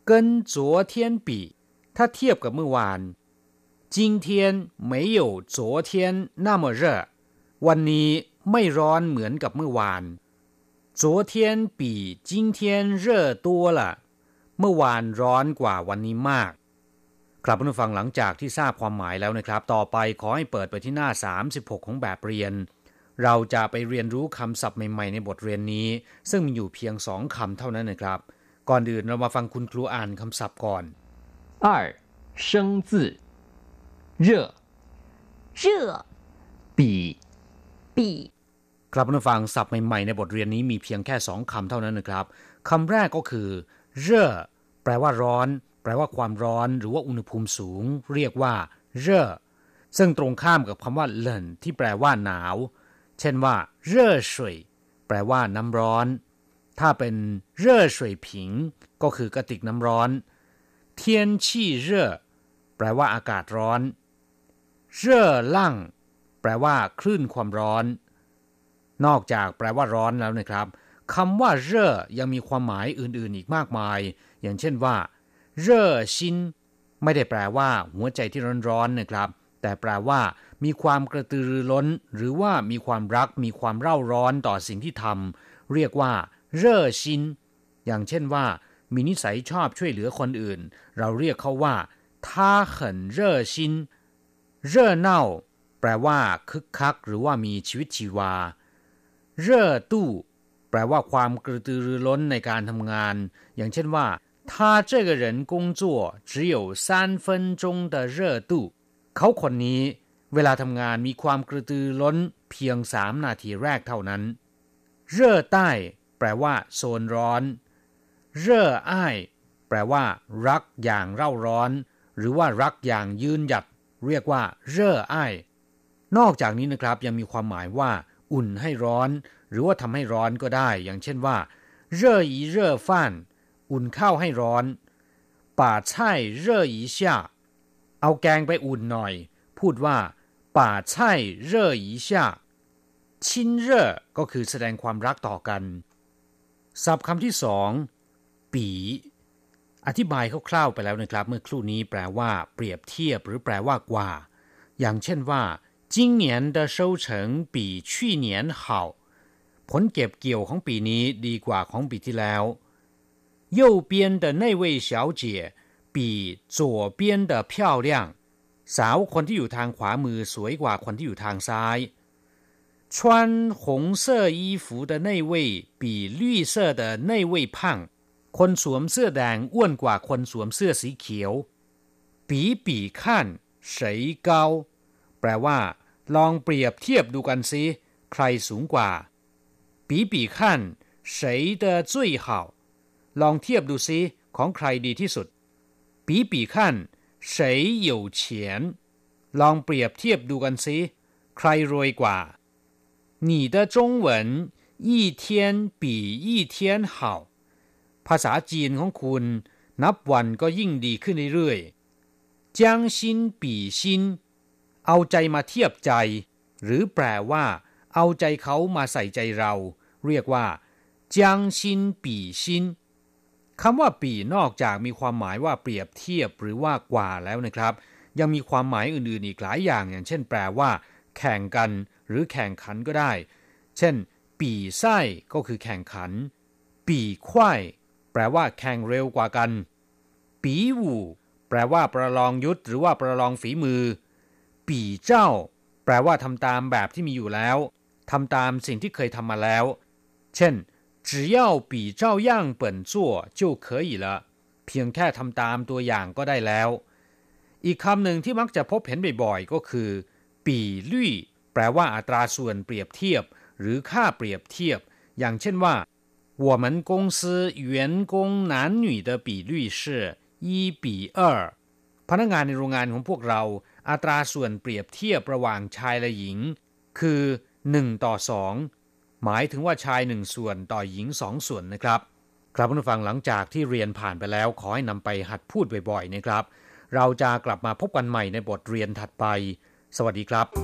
跟昨天比ถ้าเทียบกับเมื่อวาน今天没有昨天那么热วันนี้ไม่ร้อนเหมือนกับเมื่อวาน昨天比今天热多了เมื่อวานร้อนกว่าวันนี้มากครับผู้ฟังหลังจากที่ทราบความหมายแล้วนะครับต่อไปขอให้เปิดไปที่หน้าสามสิบหกของแบบเรียนเราจะไปเรียนรู้คำศัพท์ใหม่ๆในบทเรียนนี้ซึ่งมีอยู่เพียงสองคำเท่านั้นนะครับก่อนอื่นเรามาฟังคุณครูอ่านคำศัพท์ก่อน二生字热热比比ครับผู้ฟังศัพท์ใหม่ๆในบทเรียนนี้มีเพียงแค่สองคำเท่านั้นนะครับคำแรกก็คือเร่อแปลว่าร้อนแปลว่าความร้อนหรือว่าอุณหภูมิสูงเรียกว่าเร่อซึ่งตรงข้ามกับคำว่าเหลินที่แปลว่าหนาวเช่นว่าเร่อสวยแปลว่าน้ำร้อนถ้าเป็นเร่อสวยผิงก็คือกระติกน้ำร้อนเทียนชี่เร่อแปลว่าอากาศร้อนเร่อลั่งแปลว่าคลื่นความร้อนนอกจากแปลว่าร้อนแล้วนะครับคำว่าเร่อยังมีความหมายอื่นๆอีกมากมายอย่างเช่นว่าเร่อชินไม่ได้แปลว่าหัวใจที่ร้อนๆนะครับแต่แปลว่ามีความกระตือรือร้นหรือว่ามีความรักมีความเร่าร้อนต่อสิ่งที่ทำเรียกว่าเร่อชินอย่างเช่นว่ามีนิสัยชอบช่วยเหลือคนอื่นเราเรียกเขาว่า他很热心เร่อเน่าแปลว่าคึกคักหรือว่ามีชีวิตชีวาเร่อตู้แปลว่าความกระตือรือร้นในการทำงานอย่างเช่นว่า他这个人工作只有三分钟的热度เขาคนนี้เวลาทำงานมีความกระตือร้นเพียงสามนาทีแรกเท่านั้นเร่อใต้แปลว่าโซนร้อนเร่ออ้ายแปลว่ารักอย่างเร่าร้อนหรือว่ารักอย่างยืนหยัดเรียกว่าเร่ออ้ายนอกจากนี้นะครับยังมีความหมายว่าอุ่นให้ร้อนหรือว่าทำให้ร้อนก็ได้อย่างเช่นว่าเร่ออีเร่อฟ่านอุ่นข้าวให้ร้อนป่าช่ายเร่ออีช่าเอาแกงไปอุ่นหน่อยพูดว่าป่าช่ายเร่ออีช่าชินเร่อก็คือแสดงความรักต่อกันศัพท์คำที่สองปีอธิบายคร่าวๆไปแล้วนะครับเมื่อครู่นี้แปลว่าเปรียบเทียบหรือแปลว่ากว่าอย่างเช่นว่า今年的收成比去年好ผลเก็บเกี่ยวของปีนี้ดีกว่าของปีที่แล้ว右边的那位小姐比左边的漂亮สาวคนที่อยู่ทางขวามือสวยกว่าคนที่อยู่ทางซ้าย穿红色衣服的那位比绿色的那位胖คนสวมเสื้อแดงอ้วนกว่าคนสวมเสื้อสีเขียว比比看谁高แปลว่าลองเปรียบเทียบดูกันสิใครสูงกว่า比比看谁的最好ลองเทียบดูสิของใครดีที่สุด比比看谁有钱ลองเปรียบเทียบดูกันสิใครรวยกว่า你的中文一天比一天好ภาษาจีนของคุณนับวันก็ยิ่งดีขึ้นเรื่อยๆ将心比心เอาใจมาเทียบใจหรือแปลว่าเอาใจเขามาใส่ใจเราเรียกว่า将心比心คำว่าปีนอกจากมีความหมายว่าเปรียบเทียบหรือว่ากว่าแล้วนะครับยังมีความหมายอื่นๆอีกหลายอย่างอย่างเช่นแปลว่าแข่งกันหรือแข่งขันก็ได้เช่นปีไส้ก็คือแข่งขันปีควายแปลว่าแข่งเร็วกว่ากันปีวูแปลว่าประลองยุทธหรือว่าประลองฝีมือปีเจ้าแปลว่าทำตามแบบที่มีอยู่แล้วทำตามสิ่งที่เคยทำมาแล้วเช่น只要比照样本做就可以了เพียงแค่ทำตามตัวอย่างก็ได้แล้วอีกคำหนึ่งที่มักจะพบเห็นบ่อยๆก็คือปีลี่แปลว่าอัตราส่วนเปรียบเทียบหรือค่าเปรียบเทียบอย่างเช่นว่า我们公司员工男女的比率是一比二พนักงานในโรงงานของพวกเราอัตราส่วนเปรียบเทียบระหว่างชายและหญิงคือหนึ่งต่อสองหมายถึงว่าชายหนึ่งส่วนต่อหญิงสองส่วนนะครับครับผู้ฟังหลังจากที่เรียนผ่านไปแล้วขอให้นำไปหัดพูดบ่อยๆนะครับเราจะกลับมาพบกันใหม่ในบทเรียนถัดไปสวัสดีครับ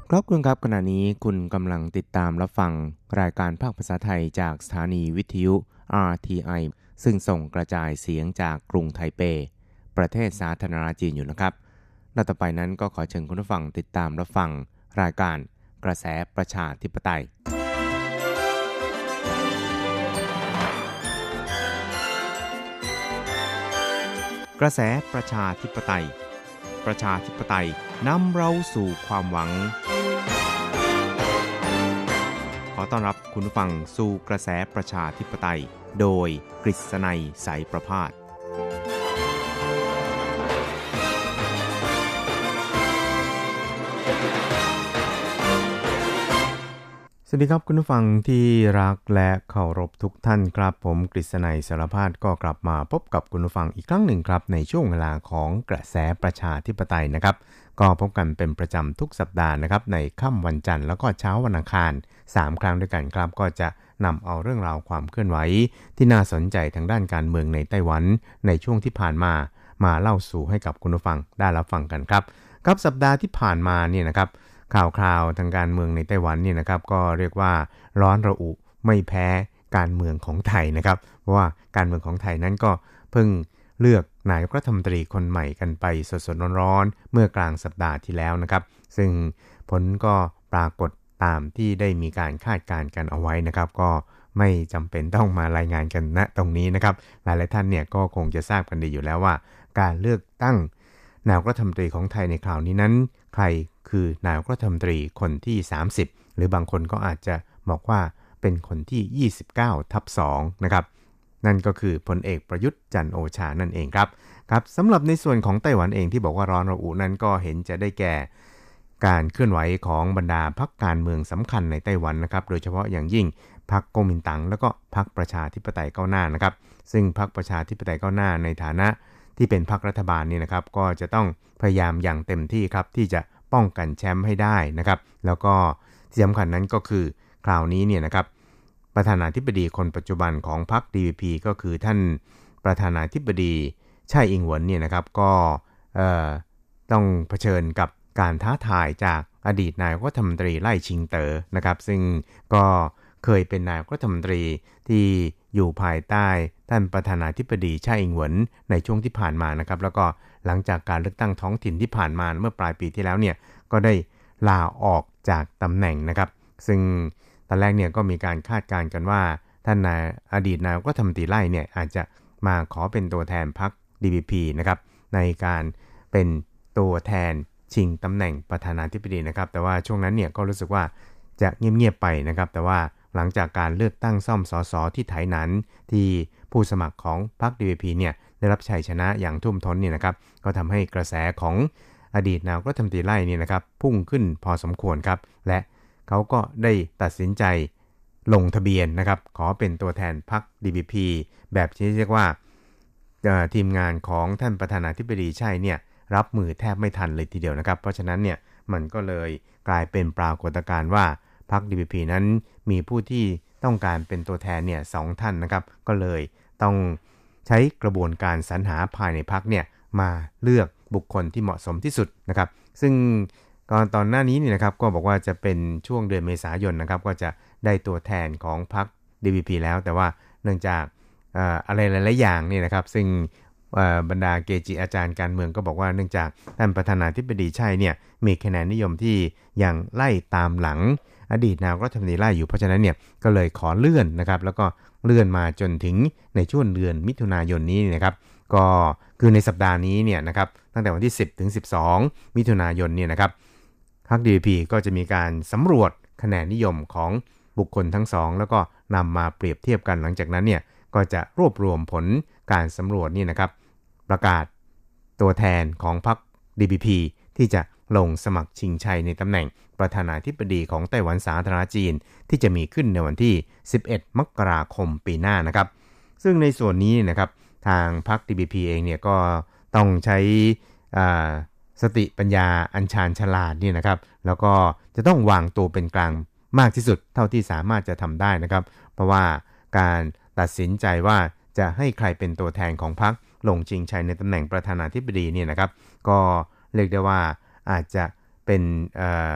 ครับคุณครับขณะนี้คุณกำลังติดตามรับฟังรายการภาคภาษาไทยจากสถานีวิทยุ อาร์ ที ไอ ซึ่งส่งกระจายเสียงจากกรุงไทเปประเทศสาธารณรัฐจีนอยู่นะครับและต่อไปนั้นก็ขอเชิญคุณผู้ฟังติดตามรับฟังรายการกระแสประชาธิปไตยกระแสประชาธิปไตยประชาธิปไตยนำเราสู่ความหวังขอต้อนรับคุณผู้ฟังสู่กระแสประชาธิปไตยโดยกฤษณัยสายประภาสสวัสดีครับคุณผู้ฟังที่รักและเคารพทุกท่านครับผมกฤษณัยสารพาสก็กลับมาพบกับคุณผู้ฟังอีกครั้งหนึ่งครับในช่วงเวลาของกระแสประชาธิปไตยนะครับก็พบกันเป็นประจำทุกสัปดาห์นะครับในค่ำวันจันทร์แล้วก็เช้าวันอังคารสามครั้งด้วยกันครับก็จะนำเอาเรื่องราวความเคลื่อนไหวที่น่าสนใจทางด้านการเมืองในไต้หวันในช่วงที่ผ่านมามาเล่าสู่ให้กับคุณผู้ฟังได้รับฟังกันครับครับสัปดาห์ที่ผ่านมาเนี่ยนะครับข่าวคราวทางการเมืองในไต้หวันเนี่ยนะครับก็เรียกว่าร้อนระอุไม่แพ้การเมืองของไทยนะครับเพราะว่าการเมืองของไทยนั้นก็เพิ่งเลือกนายกรัฐมนตรีคนใหม่กันไปสดๆร้อนๆเมื่อกลางสัปดาห์ที่แล้วนะครับซึ่งผลก็ปรากฏตามที่ได้มีการคาดการณ์กันเอาไว้นะครับก็ไม่จำเป็นต้องมารายงานกันณตรงนี้นะครับหลายๆท่านเนี่ยก็คงจะทราบกันดีอยู่แล้วว่าการเลือกตั้งนายกรัฐมนตรีของไทยในคราวนี้นั้นใครคือนายกรัฐมนตรีคนที่สามสิบหรือบางคนก็อาจจะบอกว่าเป็นคนที่ยี่สิบเก้าทับสองนะครับนั่นก็คือพลเอกประยุทธ์จันทร์โอชานั่นเองครับครับสำหรับในส่วนของไต้หวันเองที่บอกว่าร้อนระอุนั้นก็เห็นจะได้แก่การเคลื่อนไหวของบรรดาพรรคการเมืองสำคัญในไต้หวันนะครับโดยเฉพาะอย่างยิ่งพรรคก๊กมินตั๋งแล้วก็พรรคประชาธิปไตยก้าวหน้านะครับซึ่งพรรคประชาธิปไตยก้าวหน้าในฐานะที่เป็นพรรครัฐบาลนี่นะครับก็จะต้องพยายามอย่างเต็มที่ครับที่จะป้องกันแชมป์ให้ได้นะครับแล้วก็ที่สำคัญนั้นก็คือคราวนี้เนี่ยนะครับประธานาธิบดีคนปัจจุบันของพรรค ดี วี พี ก็คือท่านประธานาธิบดีไช่อิงเหวินเนี่ยนะครับก็เอ่อต้องเผชิญกับการท้าทายจากอดีตนายกรัฐมนตรีไล่ชิงเต๋อนะครับซึ่งก็เคยเป็นนายกรัฐมนตรีที่อยู่ภายใต้ท่านประธานาธิบดีไช่อิงเหวินในช่วงที่ผ่านมานะครับแล้วก็หลังจากการเลือกตั้งท้องถิ่นที่ผ่านมาเมื่อปลายปีที่แล้วเนี่ยก็ได้ลาออกจากตำแหน่งนะครับซึ่งตอนแรกเนี่ยก็มีการคาดการณ์กันว่าท่านนายอดีตนายกรัฐมนตรีไล่เนี่ยอาจจะมาขอเป็นตัวแทนพรรค ดี วี พี นะครับในการเป็นตัวแทนชิงตำแหน่งประธานาธิบดีนะครับแต่ว่าช่วงนั้นเนี่ยก็รู้สึกว่าจะเงียบๆไปนะครับแต่ว่าหลังจากการเลือกตั้งซ่อมสสที่ไถหนานที่ผู้สมัครของพรรค ดี วี พี เนี่ยได้รับชัยชนะอย่างท่วมท้นเนี่ยนะครับก็ทำให้กระแสของอดีตนายกรัฐมนตรีไล่เนี่ยนะครับพุ่งขึ้นพอสมควรครับและเขาก็ได้ตัดสินใจลงทะเบียนนะครับขอเป็นตัวแทนพรรค ดี วี พี แบบที่เรียกว่าทีมงานของท่านประธานาธิบดีไช่เนี่ยรับมือแทบไม่ทันเลยทีเดียวนะครับเพราะฉะนั้นเนี่ยมันก็เลยกลายเป็นปรากฏการณ์ว่าพรรค ดี วี พี นั้นมีผู้ที่ต้องการเป็นตัวแทนเนี่ยสองท่านนะครับก็เลยต้องใช้กระบวนการสรรหาภายในพรรคเนี่ยมาเลือกบุคคลที่เหมาะสมที่สุดนะครับซึ่งก่อนตอนหน้านี้เนี่ยนะครับก็บอกว่าจะเป็นช่วงเดือนเมษายนนะครับก็จะได้ตัวแทนของพรรค ดี วี พี แล้วแต่ว่าเนื่องจากอ่าอะไรหลายๆอย่างนี่นะครับซึ่งบรรดาเกจิอาจารย์การเมืองก็บอกว่าเนื่องจากท่านประธานาธิบดีไช่เนี่ยมีคะแนนนิยมที่ยังไล่ตามหลังอดีตนายกรัฐมนตรีไล่อยู่เพราะฉะนั้นเนี่ยก็เลยขอเลื่อนนะครับแล้วก็เลื่อนมาจนถึงในช่วงเดือนมิถุนายนนี้นะครับก็คือในสัปดาห์นี้เนี่ยนะครับตั้งแต่วันที่สิบถึงสิบสองมิถุนายนเนี่ยนะครับพรรค ดี วี พี ก็จะมีการสำรวจคะแนนนิยมของบุคคลทั้งสองแล้วก็นำมาเปรียบเทียบกันหลังจากนั้นเนี่ยก็จะรวบรวมผลการสำรวจนี่นะครับประกาศตัวแทนของพรรค ดี วี พี ที่จะลงสมัครชิงชัยในตำแหน่งประธานาธิบดีของไต้หวันสาธารณรัฐจีนที่จะมีขึ้นในวันที่สิบเอ็ดมกราคมปีหน้านะครับซึ่งในส่วนนี้นะครับทางพรรค ดี วี พี เองเนี่ยก็ต้องใช้สติปัญญาอัญชาญฉลาดนี่นะครับแล้วก็จะต้องวางตัวเป็นกลางมากที่สุดเท่าที่สามารถจะทำได้นะครับเพราะว่าการตัดสินใจว่าจะให้ใครเป็นตัวแทนของพรรคลงชิงชัยในตำแหน่งประธานาธิบดีเนี่ยนะครับก็เรียกได้ว่าอาจจะเป็น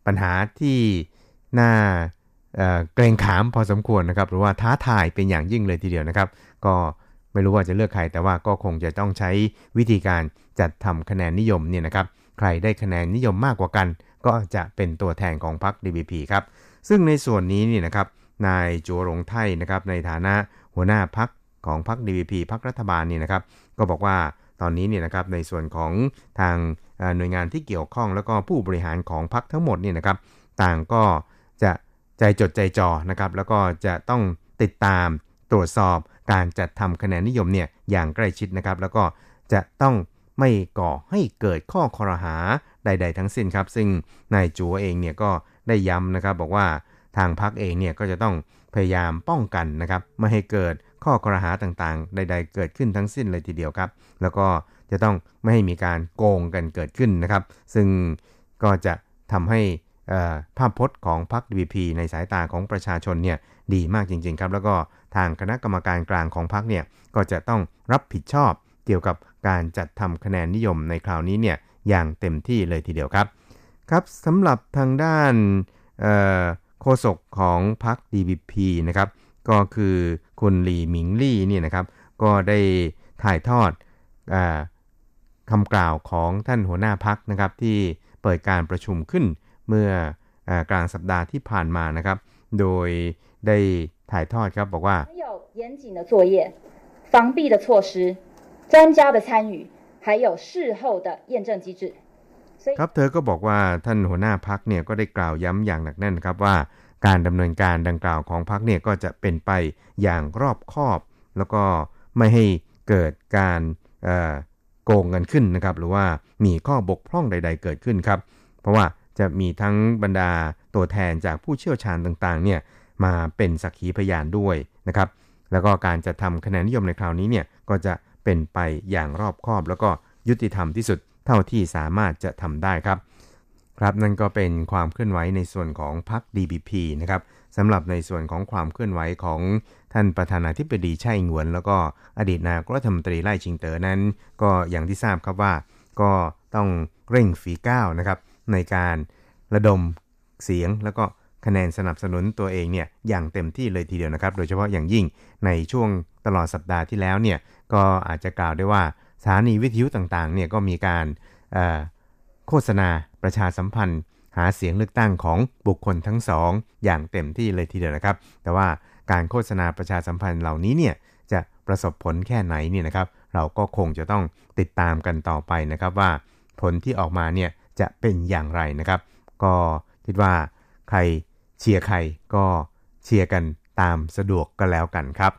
ปัญหาที่น่าเอ่อเกรงขามพอสมควรนะครับหรือว่าท้าทายเป็นอย่างยิ่งเลยทีเดียวนะครับก็ไม่รู้ว่าจะเลือกใครแต่ว่าก็คงจะต้องใช้วิธีการจัดทำคะแนนนิยมเนี่ยนะครับใครได้คะแนนนิยมมากกว่ากันก็จะเป็นตัวแทนของพรรค ดี บี พี ครับซึ่งในส่วนนี้นี่นะครับนายจัวหลงไท่นะครับในฐานะหัวหน้าพรรคของพรรค ดี บี พี พรรครัฐบาลนี่นะครับก็บอกว่าตอนนี้เนี่ยนะครับในส่วนของทางหน่วยงานที่เกี่ยวข้องแล้วก็ผู้บริหารของพรรคทั้งหมดนี่นะครับต่างก็จะใจจดใจจ่อนะครับแล้วก็จะต้องติดตามตรวจสอบการจัดทำคะแนนนิยมเนี่ยอย่างใกล้ชิดนะครับแล้วก็จะต้องไม่ก่อให้เกิดข้อคอรหาใดๆทั้งสิ้นครับซึ่งนายจัวเองเนี่ยก็ได้ย้ำนะครับบอกว่าทางพรรคเองเนี่ยก็จะต้องพยายามป้องกันนะครับไม่ให้เกิดข้อคอรหาต่างๆใดๆเกิดขึ้นทั้งสิ้นเลยทีเดียวครับแล้วก็จะต้องไม่ให้มีการโกงกันเกิดขึ้นนะครับซึ่งก็จะทำให้ภาพพจน์ของพรรค ดี บี พี ในสายตาของประชาชนเนี่ยดีมากจริงๆครับแล้วก็ทางคณะกรรมการกลางของพรรคเนี่ยก็จะต้องรับผิดชอบเกี่ยวกับการจัดทำคะแนนนิยมในคราวนี้เนี่ยอย่างเต็มที่เลยทีเดียวครับครับสำหรับทางด้านโฆษกของพรรค ดี บี พี นะครับก็คือคุณหลี่หมิงลี่นี่นะครับก็ได้ถ่ายทอดเอ่อคำกล่าวของท่านหัวหน้าพรรคนะครับที่เปิดการประชุมขึ้นเมื่อกลางสัปดาห์ที่ผ่านมานะครับโดยได้ถ่ายทอดครับบอกว่า有严谨的作业防弊的措施专家的参与还有事后的验证机制ครับเธอก็บอกว่าท่านหัวหน้าพรรคเนี่ยก็ได้กล่าวย้ำอย่างหนักแน่นครับว่าการดำเนินการดังกล่าวของพรรคเนี่ยก็จะเป็นไปอย่างรอบคอบแล้วก็ไม่ให้เกิดการเอ่อโกงกันขึ้นนะครับหรือว่ามีข้อบกพร่องใดๆเกิดขึ้นครับเพราะว่าจะมีทั้งบรรดาตัวแทนจากผู้เชี่ยวชาญต่างๆเนี่ยมาเป็นสักขีพยานด้วยนะครับแล้วก็การจะทำคะแนนนิยมในคราวนี้เนี่ยก็จะเป็นไปอย่างรอบคอบแล้วก็ยุติธรรมที่สุดเท่าที่สามารถจะทำได้ครับครับนั่นก็เป็นความเคลื่อนไหวในส่วนของพรรค ดี บี พี นะครับสำหรับในส่วนของความเคลื่อนไหวของท่านประธานาธิบดีไช่อิงหวนแล้วก็อดีตนายกรัฐมนตรีไล่ชิงเต๋อนั้นก็อย่างที่ทราบครับว่าก็ต้องเร่งฝีก้าวนะครับในการระดมเสียงแล้วก็คะแนนสนับสนุนตัวเองเนี่ยอย่างเต็มที่เลยทีเดียวนะครับโดยเฉพาะอย่างยิ่งในช่วงตลอดสัปดาห์ที่แล้วเนี่ยก็อาจจะกล่าวได้ว่าสถานีวิทยุต่างๆเนี่ยก็มีการโฆษณาประชาสัมพันธ์หาเสียงเลือกตั้งของบุคคลทั้งสองอย่างเต็มที่เลยทีเดียวนะครับแต่ว่าการโฆษณาประชาสัมพันธ์เหล่านี้เนี่ยจะประสบผลแค่ไหนเนี่ยนะครับเราก็คงจะต้องติดตามกันต่อไปนะครับว่าผลที่ออกมาเนี่ยจะเป็นอย่างไรนะครับก็คิดว่าใครเชียร์ใครก็เชียร์กันตามสะดวกก็แล้วกันครับ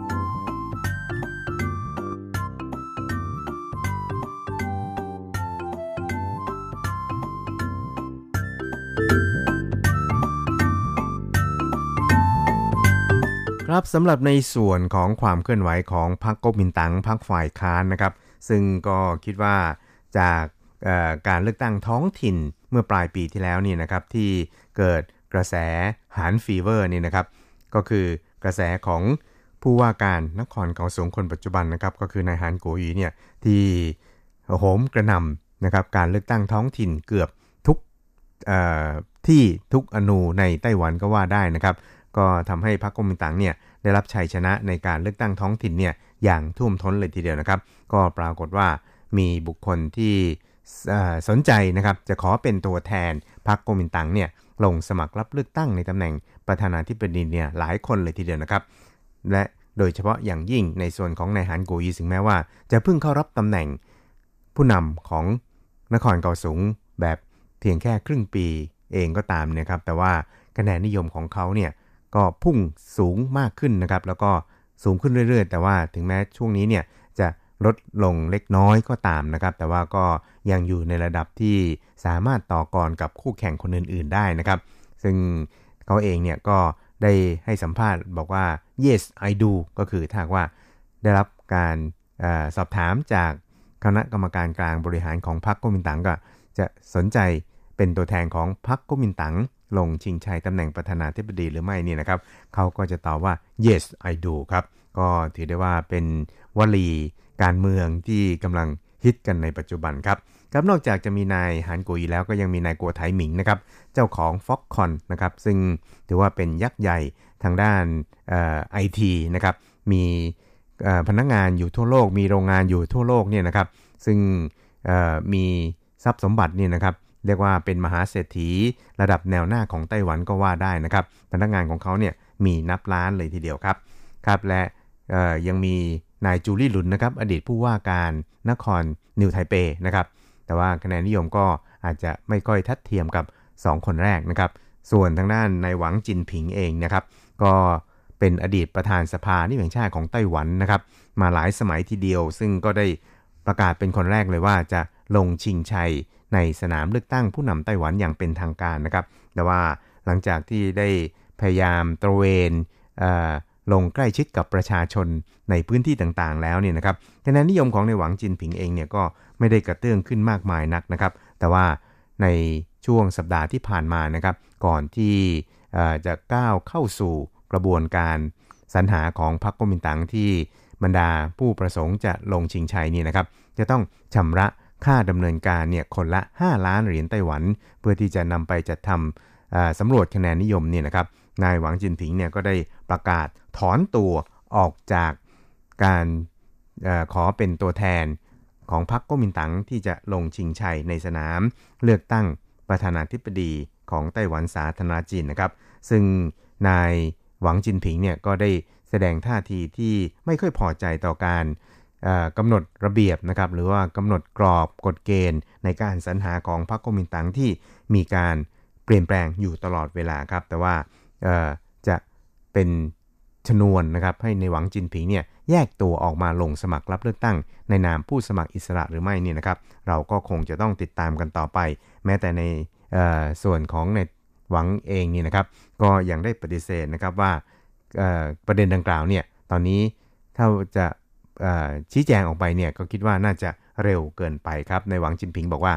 ครับสำหรับในส่วนของความเคลื่อนไหวของพรรคก๊กมินตั๋งพรรคฝ่ายค้านนะครับซึ่งก็คิดว่าจากการเลือกตั้งท้องถิ่นเมื่อปลายปีที่แล้วนี่นะครับที่เกิดกระแสหานฟีเวอร์นี่นะครับก็คือกระแสของผู้ว่าการนครเขาสงคนปัจจุบันนะครับก็คือนายหานโกอีเนี่ยที่โหมกระหน่ำนะครับการเลือกตั้งท้องถิ่นเกือบทุกที่ทุกอนูในไต้หวันก็ว่าได้นะครับก็ทำให้พรรคก๊กมินตั๋งเนี่ยได้รับชัยชนะในการเลือกตั้งท้องถิ่นเนี่ยอย่างท่วมท้นเลยทีเดียวนะครับก็ปรากฏว่ามีบุคคลที่สนใจนะครับจะขอเป็นตัวแทนพรรคก๊กมินตั๋งเนี่ยลงสมัครรับเลือกตั้งในตำแหน่งประธานาธิบดีเนี่ยหลายคนเลยทีเดียวนะครับและโดยเฉพาะอย่างยิ่งในส่วนของนายหานโกอีถึงแม้ว่าจะเพิ่งเข้ารับตำแหน่งผู้นำของนครเกาสงแบบเพียงแค่ครึ่งปีเองก็ตามนะครับแต่ว่าคะแนนนิยมของเขาเนี่ยก็พุ่งสูงมากขึ้นนะครับแล้วก็สูงขึ้นเรื่อยๆแต่ว่าถึงแม้ช่วงนี้เนี่ยจะลดลงเล็กน้อยก็ตามนะครับแต่ว่าก็ยังอยู่ในระดับที่สามารถต่อกรกับคู่แข่งคนอื่นๆได้นะครับซึ่งเขาเองเนี่ยก็ได้ให้สัมภาษณ์บอกว่า yes I do ก็คือถ้าว่าได้รับการเอ่อสอบถามจากคณะกรรมการกลางบริหารของพรรคก๊กมินตั๋งก็จะสนใจเป็นตัวแทนของพรรคก๊กมินตั๋งลงชิงชัยตำแหน่งประธานาธิบดีหรือไม่นี่นะครับเขาก็จะตอบว่า yes I do ครับก็ถือได้ว่าเป็นวลีการเมืองที่กำลังฮิตกันในปัจจุบันครับครับนอกจากจะมีนายหานกุยแล้วก็ยังมีนายกัวไถหมิงนะครับเจ้าของ Foxconn นะครับซึ่งถือว่าเป็นยักษ์ใหญ่ทางด้านเอ่อ ไอ ที นะครับมีเอ่อพนักงานอยู่ทั่วโลกมีโรงงานอยู่ทั่วโลกเนี่ยนะครับซึ่งเอ่อมีทรัพย์สมบัตินี่นะครับเรียกว่าเป็นมหาเศรษฐีระดับแนวหน้าของไต้หวันก็ว่าได้นะครับพนักงานของเขาเนี่ยมีนับล้านเลยทีเดียวครับครับและเอ่อยังมีนายจูลี่หลุนนะครับอดีตผู้ว่าการนครนิวไทเปนะครับแต่ว่าคะแนนนิยมก็อาจจะไม่ค่อยทัดเทียมกับสองคนแรกนะครับส่วนทางด้านนายหวังจินผิงเองนะครับก็เป็นอดีตประธานสภานิติบัญญัติแห่งชาติของไต้หวันนะครับมาหลายสมัยทีเดียวซึ่งก็ได้ประกาศเป็นคนแรกเลยว่าจะลงชิงชัยในสนามเลือกตั้งผู้นำไต้หวันอย่างเป็นทางการนะครับแต่ว่าหลังจากที่ได้พยายามตระเวนลงใกล้ชิดกับประชาชนในพื้นที่ต่างๆแล้วเนี่ยนะครับคะแนนนิยมของในหวังจินผิงเองเนี่ยก็ไม่ได้กระเตื้องขึ้นมากมายนักนะครับแต่ว่าในช่วงสัปดาห์ที่ผ่านมานะครับก่อนที่จะก้าวเข้าสู่กระบวนการสรรหาของพรรคก๊กมินตั๋งที่บรรดาผู้ประสงค์จะลงชิงชัยนี่นะครับจะต้องชำระค่าดำเนินการเนี่ยคนละห้าล้านเหรียญไต้หวันเพื่อที่จะนำไปจัดทำสำรวจคะแนนนิยมเนี่ยนะครับนายหวังจินผิงเนี่ยก็ได้ประกาศถอนตัวออกจากการเอ่อขอเป็นตัวแทนของพรรคก๊กมินตั๋งที่จะลงชิงชัยในสนามเลือกตั้งประธานาธิบดีของไต้หวันสาธารณจีนนะครับซึ่งนายหวังจินผิงเนี่ยก็ได้แสดงท่าทีที่ไม่ค่อยพอใจต่อการกำหนดระเบียบนะครับหรือว่ากำหนดกรอบกฎเกณฑ์ในการสรรหาของพรรคก๊กมินตั๋งที่มีการเปลี่ยนแปลงอยู่ตลอดเวลาครับแต่ว่าจะเป็นชนวนนะครับให้ในหวังจินผิงเนี่ยแยกตัวออกมาลงสมัครรับเลือกตั้งในนามผู้สมัครอิสระหรือไม่นี่นะครับเราก็คงจะต้องติดตามกันต่อไปแม้แต่ในส่วนของในหวังเองนี่นะครับก็ยังได้ปฏิเสธนะครับว่าประเด็นดังกล่าวเนี่ยตอนนี้ถ้าจะชี้แจงออกไปเนี่ยก็คิดว่าน่าจะเร็วเกินไปครับในหวังจินผิงบอกว่า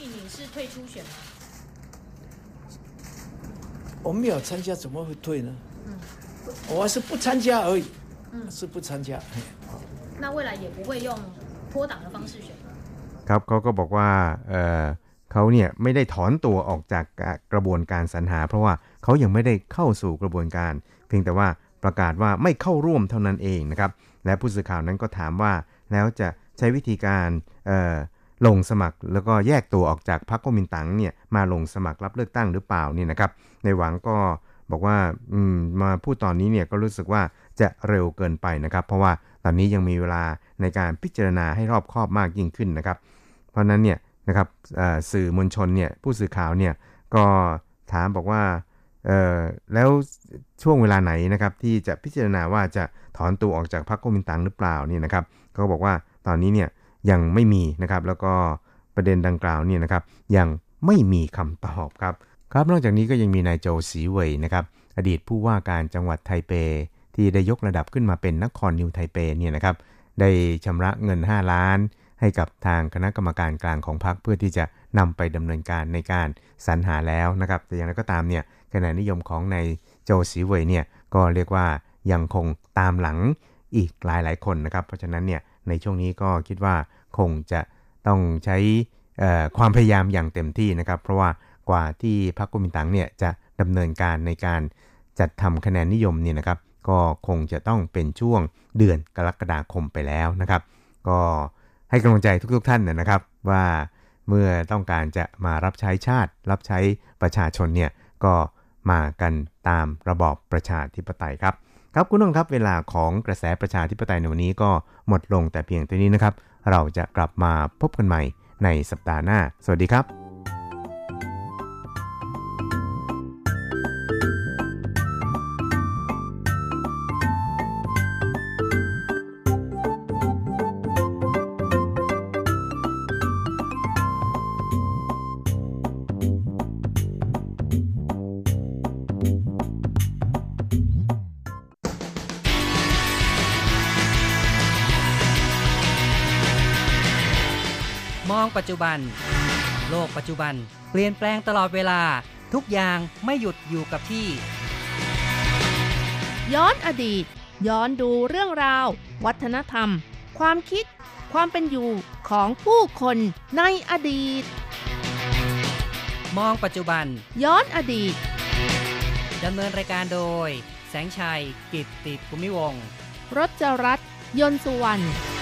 我没有参加怎么会退呢我是不参加而已是不参加那未来也不会用脱党的方式选ครับเขาก็บอกว่าเอ่อเขาเนี่ยไม่ได้ถอนตัวออกจากกระบวนการสรรหาเพราะว่าเขายังไม่ได้เข้าสู่กระบวนการเพียงแต่ว่าประกาศว่าไม่เข้าร่วมเท่านั้นเองนะครับและผู้สื่อข่าวนั้นก็ถามว่าแล้วจะใช้วิธีการเอ่อลงสมัครแล้วก็แยกตัวออกจากพรรคก๊กมินตั๋งเนี่ยมาลงสมัครรับเลือกตั้งหรือเปล่านี่นะครับในหวังก็บอกว่าอืมมาพูดตอนนี้เนี่ยก็รู้สึกว่าจะเร็วเกินไปนะครับเพราะว่าตอนนี้ยังมีเวลาในการพิจารณาให้รอบคอบมากยิ่งขึ้นนะครับเพราะนั้นเนี่ยนะครับสื่อมวลชนเนี่ยผู้สื่อข่าวเนี่ยก็ถามบอกว่าเอ่อแล้วช่วงเวลาไหนนะครับที่จะพิจารณาว่าจะถอนตัวออกจากพรรคก๊กมินตั๋งหรือเปล่านี่นะครับเขาบอกว่าตอนนี้เนี่ยยังไม่มีนะครับแล้วก็ประเด็นดังกล่าวเนี่ยนะครับยังไม่มีคำตอบครับครับนอกจากนี้ก็ยังมีนายโจสีเว่ยนะครับอดีตผู้ว่าการจังหวัดไทเปที่ได้ยกระดับขึ้นมาเป็นนครนิวไทเปเนี่ยนะครับได้ชำระเงินห้าล้านให้กับทางคณะกรรมการกลางของพรรคเพื่อที่จะนำไปดำเนินการในการสรรหาแล้วนะครับแต่อย่างไรก็ตามเนี่ยคะแนนนิยมของนายโจสีเว่ยเนี่ยก็เรียกว่ายังคงตามหลังอีกหลายๆคนนะครับเพราะฉะนั้นเนี่ยในช่วงนี้ก็คิดว่าคงจะต้องใช้ความพยายามอย่างเต็มที่นะครับเพราะว่ากว่าที่พรรคก๊กมินตั๋งเนี่ยจะดำเนินการในการจัดทำคะแนนนิยมเนี่ยนะครับก็คงจะต้องเป็นช่วงเดือนกรกฎาคมไปแล้วนะครับก็ให้กำลังใจทุกๆท่านนะครับว่าเมื่อต้องการจะมารับใช้ชาติรับใช้ประชาชนเนี่ยก็มากันตามระบอบประชาธิปไตยครับครับคุณผู้ชมครับเวลาของกระแสประชาธิปไตยในวันนี้ก็หมดลงแต่เพียงเท่านี้นะครับเราจะกลับมาพบกันใหม่ในสัปดาห์หน้าสวัสดีครับมองปัจจุบันโลกปัจจุบันเปลี่ยนแปลงตลอดเวลาทุกอย่างไม่หยุดอยู่กับที่ย้อนอดีตย้อนดูเรื่องราววัฒนธรรมความคิดความเป็นอยู่ของผู้คนในอดีตมองปัจจุบันย้อนอดีตดำเนินรายการโดยแสงชัยกิตติภูมิวงศ์รจรัตน์ยนต์สุวรรณ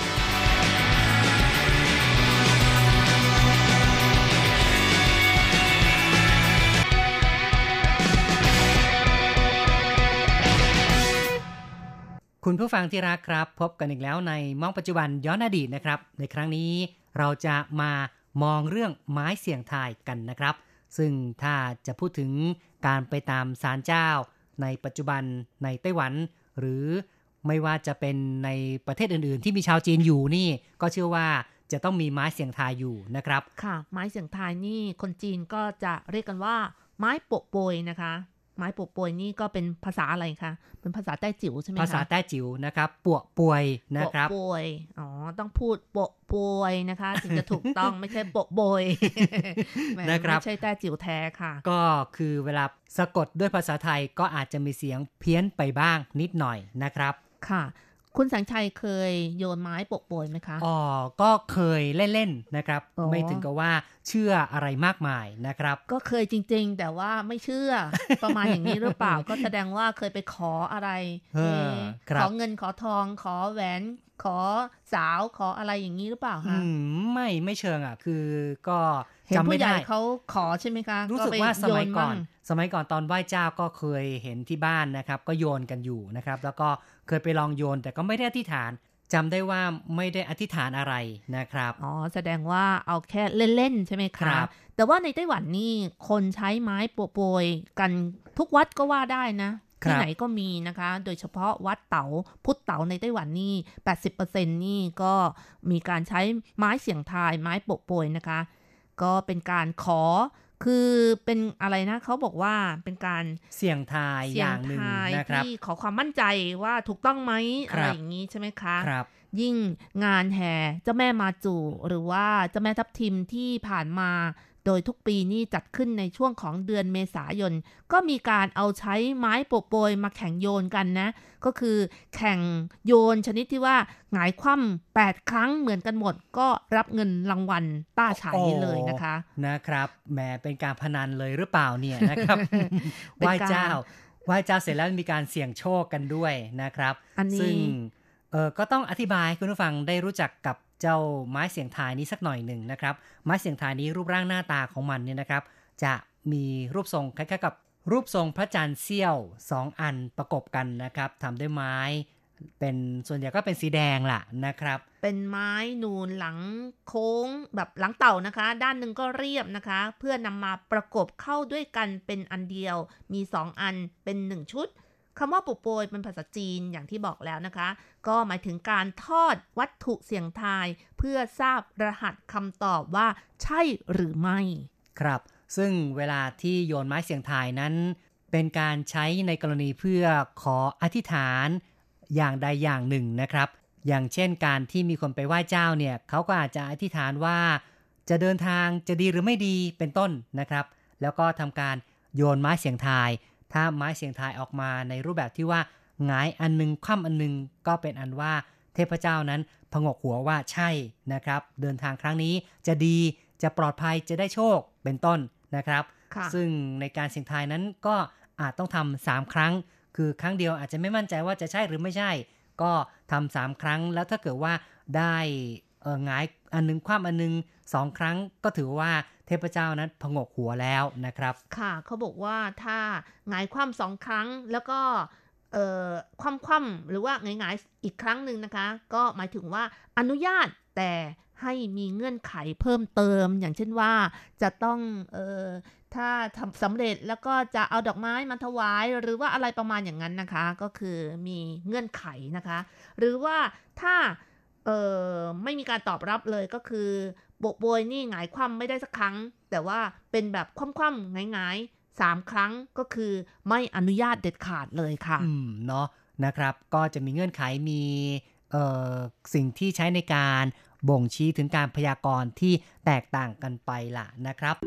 คุณผู้ฟังที่รักครับพบกันอีกแล้วในมองปัจจุบันย้อนอดีตนะครับในครั้งนี้เราจะมามองเรื่องไม้เสี่ยงทายกันนะครับซึ่งถ้าจะพูดถึงการไปตามศาลเจ้าในปัจจุบันในไต้หวันหรือไม่ว่าจะเป็นในประเทศอื่นๆที่มีชาวจีนอยู่นี่ก็เชื่อว่าจะต้องมีไม้เสี่ยงทายอยู่นะครับค่ะไม้เสี่ยงทายนี่คนจีนก็จะเรียกกันว่าไม้โปะโปยนะคะไม้โปะโปยนี่ก็เป็นภาษาอะไรคะเป็นภาษาแต้จิ๋วใช่ไหมคะภาษาแต้จิ๋วนะครับปวกป่วยนะครับโปะป่วยอ๋อต้องพูดโปะป่วยนะคะถึงจะถูกต้อง ไม่ใช่โปะโบยนะครับไม่ใช่แต้จิ๋วแท้ค่ะก็คือเวลาสะกดด้วยภาษาไทยก็อาจจะมีเสียงเพี้ยนไปบ้างนิดหน่อยนะครับค่ะคุณสังชัยเคยโยนไม้โปะโปยไหมคะอ๋อก็เคยเล่นๆนะครับไม่ถึงกับว่าเชื่ออะไรมากมายนะครับก็เคยจริงๆแต่ว่าไม่เชื่อ ประมาณอย่างนี้หรือเปล่า ก็แสดงว่าเคยไปขออะไรเออขอเงินขอทองขอแหวนขอสาวขออะไรอย่างนี้หรือเปล่าคะอืมไม่ไม่เชิงอ่ะคือก็จำไม่ได้เขาขอใช่ไหมคะรู้สึกว่าสมัยก่อนสมัยก่อนตอนไหว้เจ้าก็เคยเห็นที่บ้านนะครับก็โยนกันอยู่นะครับแล้วก็เคยไปลองโยนแต่ก็ไม่ได้อธิษฐานจำได้ว่าไม่ได้อธิษฐานอะไรนะครับอ๋อแสดงว่าเอาแค่เล่นๆใช่ไหมครับแต่ว่าในไต้หวันนี่คนใช้ไม้โปะโปยกันทุกวัดก็ว่าได้นะที่ไหนก็มีนะคะโดยเฉพาะวัดเต๋าพุทธเต๋าในไต้หวันนี่ แปดสิบเปอร์เซ็นต์ นี่ก็มีการใช้ไม้เสี่ยงทายไม้โปะโปยนะคะก็เป็นการขอคือเป็นอะไรนะเขาบอกว่าเป็นการเสี่ยงทายอย่างหนึ่งนะครับที่ขอความมั่นใจว่าถูกต้องไหมอะไรอย่างนี้ใช่ไหมคะครับยิ่งงานแห่เจ้าแม่มาจูหรือว่าเจ้าแม่ทับทิมที่ผ่านมาโดยทุกปีนี่จัดขึ้นในช่วงของเดือนเมษายนก็มีการเอาใช้ไม้โปะโปยมาแข่งโยนกันนะก็คือแข่งโยนชนิดที่ว่าหงายคว่ำแปดครั้งเหมือนกันหมดก็รับเงินรางวัลต้าฉายเลยนะคะนะครับแหมเป็นการพนันเลยหรือเปล่าเนี่ยนะครับ ไหว้เจ้าไหว้เจ้าเสร็จแล้วมีการเสี่ยงโชคกันด้วยนะครับซึ่งเออก็ต้องอธิบายให้คุณผู้ฟังได้รู้จักกับเจ้าไม้เสี่ยงทายนี้สักหน่อยหนึ่งนะครับไม้เสี่ยงทายนี้รูปร่างหน้าตาของมันเนี่ยนะครับจะมีรูปทรงคล้ายๆกับรูปทรงพระจันทร์เสี้ยวสองอันประกบกันนะครับทำด้วยไม้เป็นส่วนใหญ่ก็เป็นสีแดงล่ะนะครับเป็นไม้นูนหลังโค้งแบบหลังเต่านะคะด้านหนึ่งก็เรียบนะคะเพื่อนำมาประกบเข้าด้วยกันเป็นอันเดียวมีสองอันเป็นหนึ่งชุดคำว่าโปะโปยเป็นภาษาจีนอย่างที่บอกแล้วนะคะก็หมายถึงการทอดวัตถุเสี่ยงทายเพื่อทราบรหัสคำตอบว่าใช่หรือไม่ครับซึ่งเวลาที่โยนไม้เสี่ยงทายนั้นเป็นการใช้ในกรณีเพื่อขออธิษฐานอย่างใดอย่างหนึ่งนะครับอย่างเช่นการที่มีคนไปไหว้เจ้าเนี่ยเขาก็อาจจะอธิษฐานว่าจะเดินทางจะดีหรือไม่ดีเป็นต้นนะครับแล้วก็ทำการโยนไม้เสี่ยงทายถ้าไม้เสี่ยงทายออกมาในรูปแบบที่ว่าหงายอันนึงคว่ำอันนึงก็เป็นอันว่าเทพเจ้านั้นผงกหัวว่าใช่นะครับเดินทางครั้งนี้จะดีจะปลอดภัยจะได้โชคเป็นต้นนะครับซึ่งในการเสี่ยงทายนั้นก็อาจต้องทำสามครั้งคือครั้งเดียวอาจจะไม่มั่นใจว่าจะใช่หรือไม่ใช่ก็ทำสามครั้งแล้วถ้าเกิดว่าได้เอ่อหงายอันนึงคว่ำอันนึงสองครั้งก็ถือว่าเทพเจ้านั้นผงกหัวแล้วนะครับค่ะเขาบอกว่าถ้าหงายคว่ำสองครั้งแล้วก็เอ่อคว่ำคว่ำหรือว่าหงายหงายอีกครั้งหนึ่งนะคะก็หมายถึงว่าอนุญาตแต่ให้มีเงื่อนไขเพิ่มเติมอย่างเช่นว่าจะต้องเอ่อถ้าทำสำเร็จแล้วก็จะเอาดอกไม้มาถวายหรือว่าอะไรประมาณอย่างนั้นนะคะก็คือมีเงื่อนไขนะคะหรือว่าถ้าเอ่อไม่มีการตอบรับเลยก็คือโบกโบยนี่หงายคว่ำไม่ได้สักครั้งแต่ว่าเป็นแบบคว่ำๆหงายๆสามครั้งก็คือไม่อนุญาตเด็ดขาดเลยค่ะอืมเนาะนะครับก็จะมีเงื่อนไขมีเอ่อสิ่งที่ใช้ในการบ่งชี้ถึงการพยากรณ์ที่แตกต่างกันไปล่ะนะครับ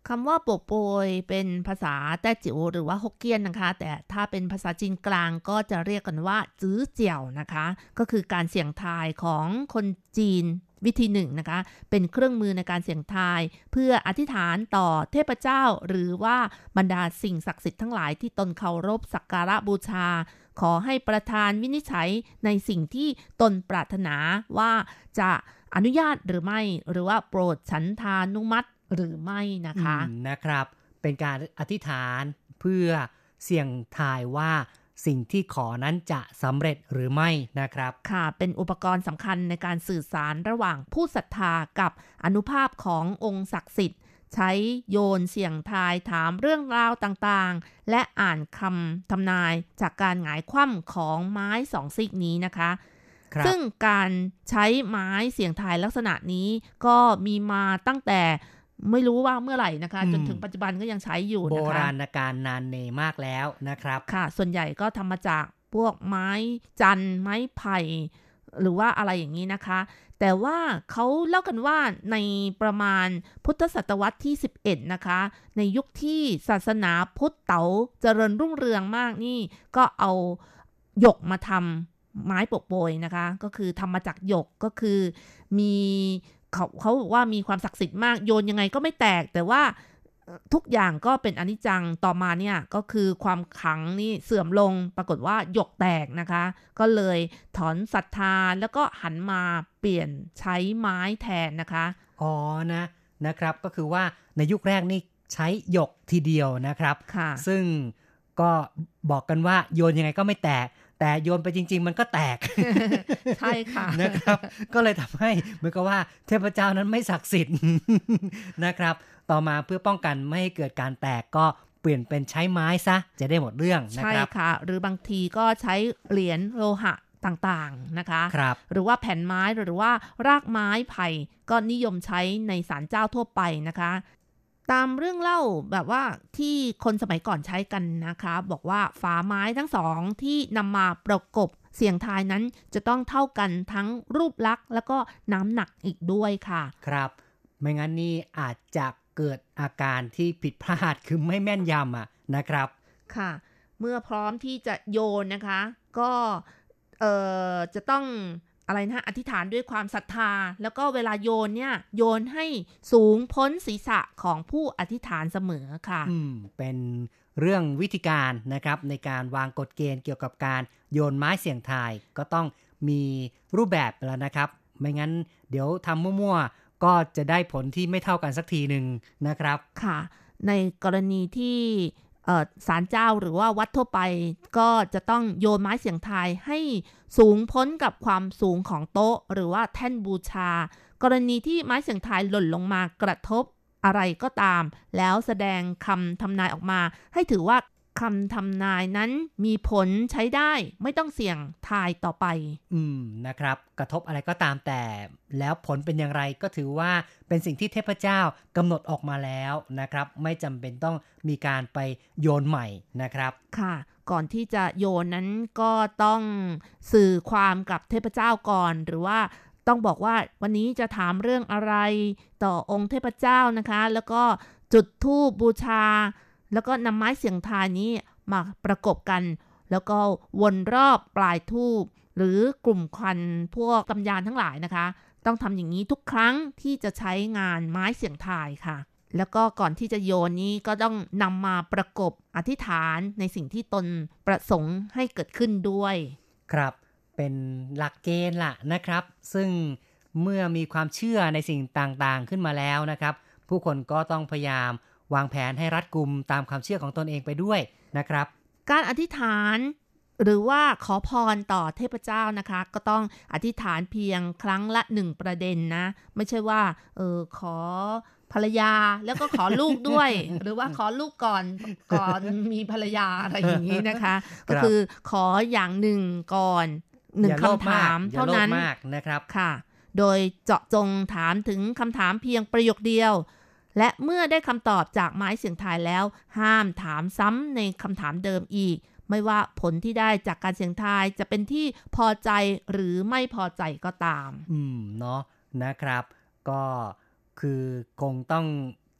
คำว่าโปโปยเป็นภาษาแต้จิ๋วหรือว่าฮกเกี้ยนนะคะแต่ถ้าเป็นภาษาจีนกลางก็จะเรียกกันว่าจื้อเจียวนะคะก็คือการเสี่ยงทายของคนจีนวิธีหนึ่งนะคะเป็นเครื่องมือในการเสี่ยงทายเพื่ออธิษฐานต่อเทพเจ้าหรือว่าบรรดาสิ่งศักดิ์สิทธิ์ทั้งหลายที่ตนเคารพสักการะบูชาขอให้ประธานวินิจฉัยในสิ่งที่ตนปรารถนาว่าจะอนุญาตหรือไม่หรือว่าโปรดฉันทานุมัติหรือไม่นะคะนะครับเป็นการอธิษฐานเพื่อเสี่ยงทายว่าสิ่งที่ขอนั้นจะสำเร็จหรือไม่นะครับค่ะเป็นอุปกรณ์สำคัญในการสื่อสารระหว่างผู้ศรัทธากับอานุภาพขององค์ศักดิ์สิทธิ์ใช้โยนเสี่ยงทายถามเรื่องราวต่างๆและอ่านคำทำนายจากการหงายคว่ำของไม้สองซีกนี้นะคะซึ่งการใช้ไม้เสี่ยงทายลักษณะนี้ก็มีมาตั้งแต่ไม่รู้ว่าเมื่อไหร่นะคะจนถึงปัจจุบันก็ยังใช้อยู่นะคะโบราณกาลนานเนมากแล้วนะครับค่ะส่วนใหญ่ก็ทำมาจากพวกไม้จันไม้ไผ่หรือว่าอะไรอย่างนี้นะคะแต่ว่าเขาเล่ากันว่าในประมาณพุทธศตวรรษที่สิบเอ็ดนะคะในยุคที่ศาสนาพุทธเต๋าเจริญรุ่งเรืองมากนี่ก็เอาหยกมาทำไม้โปะโปยนะคะก็คือทำมาจากหยกก็คือมีเขาเขาบอกว่ามีความศักดิ์สิทธิ์มากโยนยังไงก็ไม่แตกแต่ว่าทุกอย่างก็เป็นอนิจจังต่อมาเนี่ยก็คือความขลังนี่เสื่อมลงปรากฏว่าหยกแตกนะคะก็เลยถอนศรัทธาแล้วก็หันมาเปลี่ยนใช้ไม้แทนนะคะอ๋อนะนะครับก็คือว่าในยุคแรกนี่ใช้หยกทีเดียวนะครับซึ่งก็บอกกันว่าโยนยังไงก็ไม่แตกแต่โยนไปจริงๆมันก็แตกใช่ค่ะนะครับก็เลยทำให้เหมือนกับว่าเทพเจ้านั้นไม่ศักดิ์สิทธิ์ นะครับต่อมาเพื่อป้องกันไม่ให้เกิดการแตกก็เปลี่ยนเป็นใช้ไม้ซะจะได้หมดเรื่องนะครับใช่ค่ะหรือบางทีก็ใช้เหรียญโลหะต่างๆนะคะครับหรือว่าแผ่นไม้หรือว่ารากไม้ไผ่ก็นิยมใช้ในศาลเจ้าทั่วไปนะคะตามเรื่องเล่าแบบว่าที่คนสมัยก่อนใช้กันนะคะบอกว่าฝาไม้ทั้งสองที่นำมาประกบเสี่ยงทายนั้นจะต้องเท่ากันทั้งรูปลักษณ์แล้วก็น้ำหนักอีกด้วยค่ะครับไม่งั้นนี่อาจจะเกิดอาการที่ผิดพลาดคือไม่แม่นยำอ่ะนะครับค่ะเมื่อพร้อมที่จะโยนนะคะก็เอ่อจะต้องอะไรนะอธิษฐานด้วยความศรัทธาแล้วก็เวลาโยนเนี่ยโยนให้สูงพ้นศีรษะของผู้อธิษฐานเสมอค่ะอืมเป็นเรื่องวิธีการนะครับในการวางกฎเกณฑ์เกี่ยวกับการโยนไม้เสี่ยงทายก็ต้องมีรูปแบบแล้วนะครับไม่งั้นเดี๋ยวทำมั่วๆก็จะได้ผลที่ไม่เท่ากันสักทีนึงนะครับค่ะในกรณีที่ศาลเจ้าหรือว่าวัดทั่วไปก็จะต้องโยนไม้เสี่ยงทายให้สูงพ้นกับความสูงของโต๊ะหรือว่าแท่นบูชากรณีที่ไม้เสี่ยงทายหล่นลงมากระทบอะไรก็ตามแล้วแสดงคำทำนายออกมาให้ถือว่าคำทำนายนั้นมีผลใช้ได้ไม่ต้องเสี่ยงทายต่อไปอืมนะครับกระทบอะไรก็ตามแต่แล้วผลเป็นอย่างไรก็ถือว่าเป็นสิ่งที่เทพเจ้ากำหนดออกมาแล้วนะครับไม่จำเป็นต้องมีการไปโยนใหม่นะครับค่ะก่อนที่จะโยนนั้นก็ต้องสื่อความกับเทพเจ้าก่อนหรือว่าต้องบอกว่าวันนี้จะถามเรื่องอะไรต่อองค์เทพเจ้านะคะแล้วก็จุดธูปบูชาแล้วก็นำไม้เสี่ยงทายนี้มาประกบกันแล้วก็วนรอบปลายธูปหรือกลุ่มควันพวกกำยานทั้งหลายนะคะต้องทำอย่างนี้ทุกครั้งที่จะใช้งานไม้เสี่ยงทายค่ะแล้วก็ก่อนที่จะโยนนี้ก็ต้องนำมาประกบอธิษฐานในสิ่งที่ตนประสงค์ให้เกิดขึ้นด้วยครับเป็นหลักเกณฑ์ล่ะนะครับซึ่งเมื่อมีความเชื่อในสิ่งต่างๆขึ้นมาแล้วนะครับผู้คนก็ต้องพยายามวางแผนให้รัดกุมตามความเชื่อของตนเองไปด้วยนะครับการอธิษฐานหรือว่าขอพรต่อเทพเจ้านะคะก็ต้องอธิษฐานเพียงครั้งละหนึ่งประเด็นนะไม่ใช่ว่าเออขอภรรยาแล้วก็ขอลูกด้วย หรือว่าขอลูกก่อนก่อนมีภรรยาอะไรอย่างนี้นะคะก็คือขออย่างหนึ่งก่อนหนึ่งคำถามเท่านั้นนะครับค่ะโดยเจาะจงถามถึงคำถามเพียงประโยคเดียวและเมื่อได้คำตอบจากไม้เสี่ยงทายแล้วห้ามถามซ้ำในคำถามเดิมอีกไม่ว่าผลที่ได้จากการเสี่ยงทายจะเป็นที่พอใจหรือไม่พอใจก็ตามอืมเนาะนะครับก็คือคงต้อง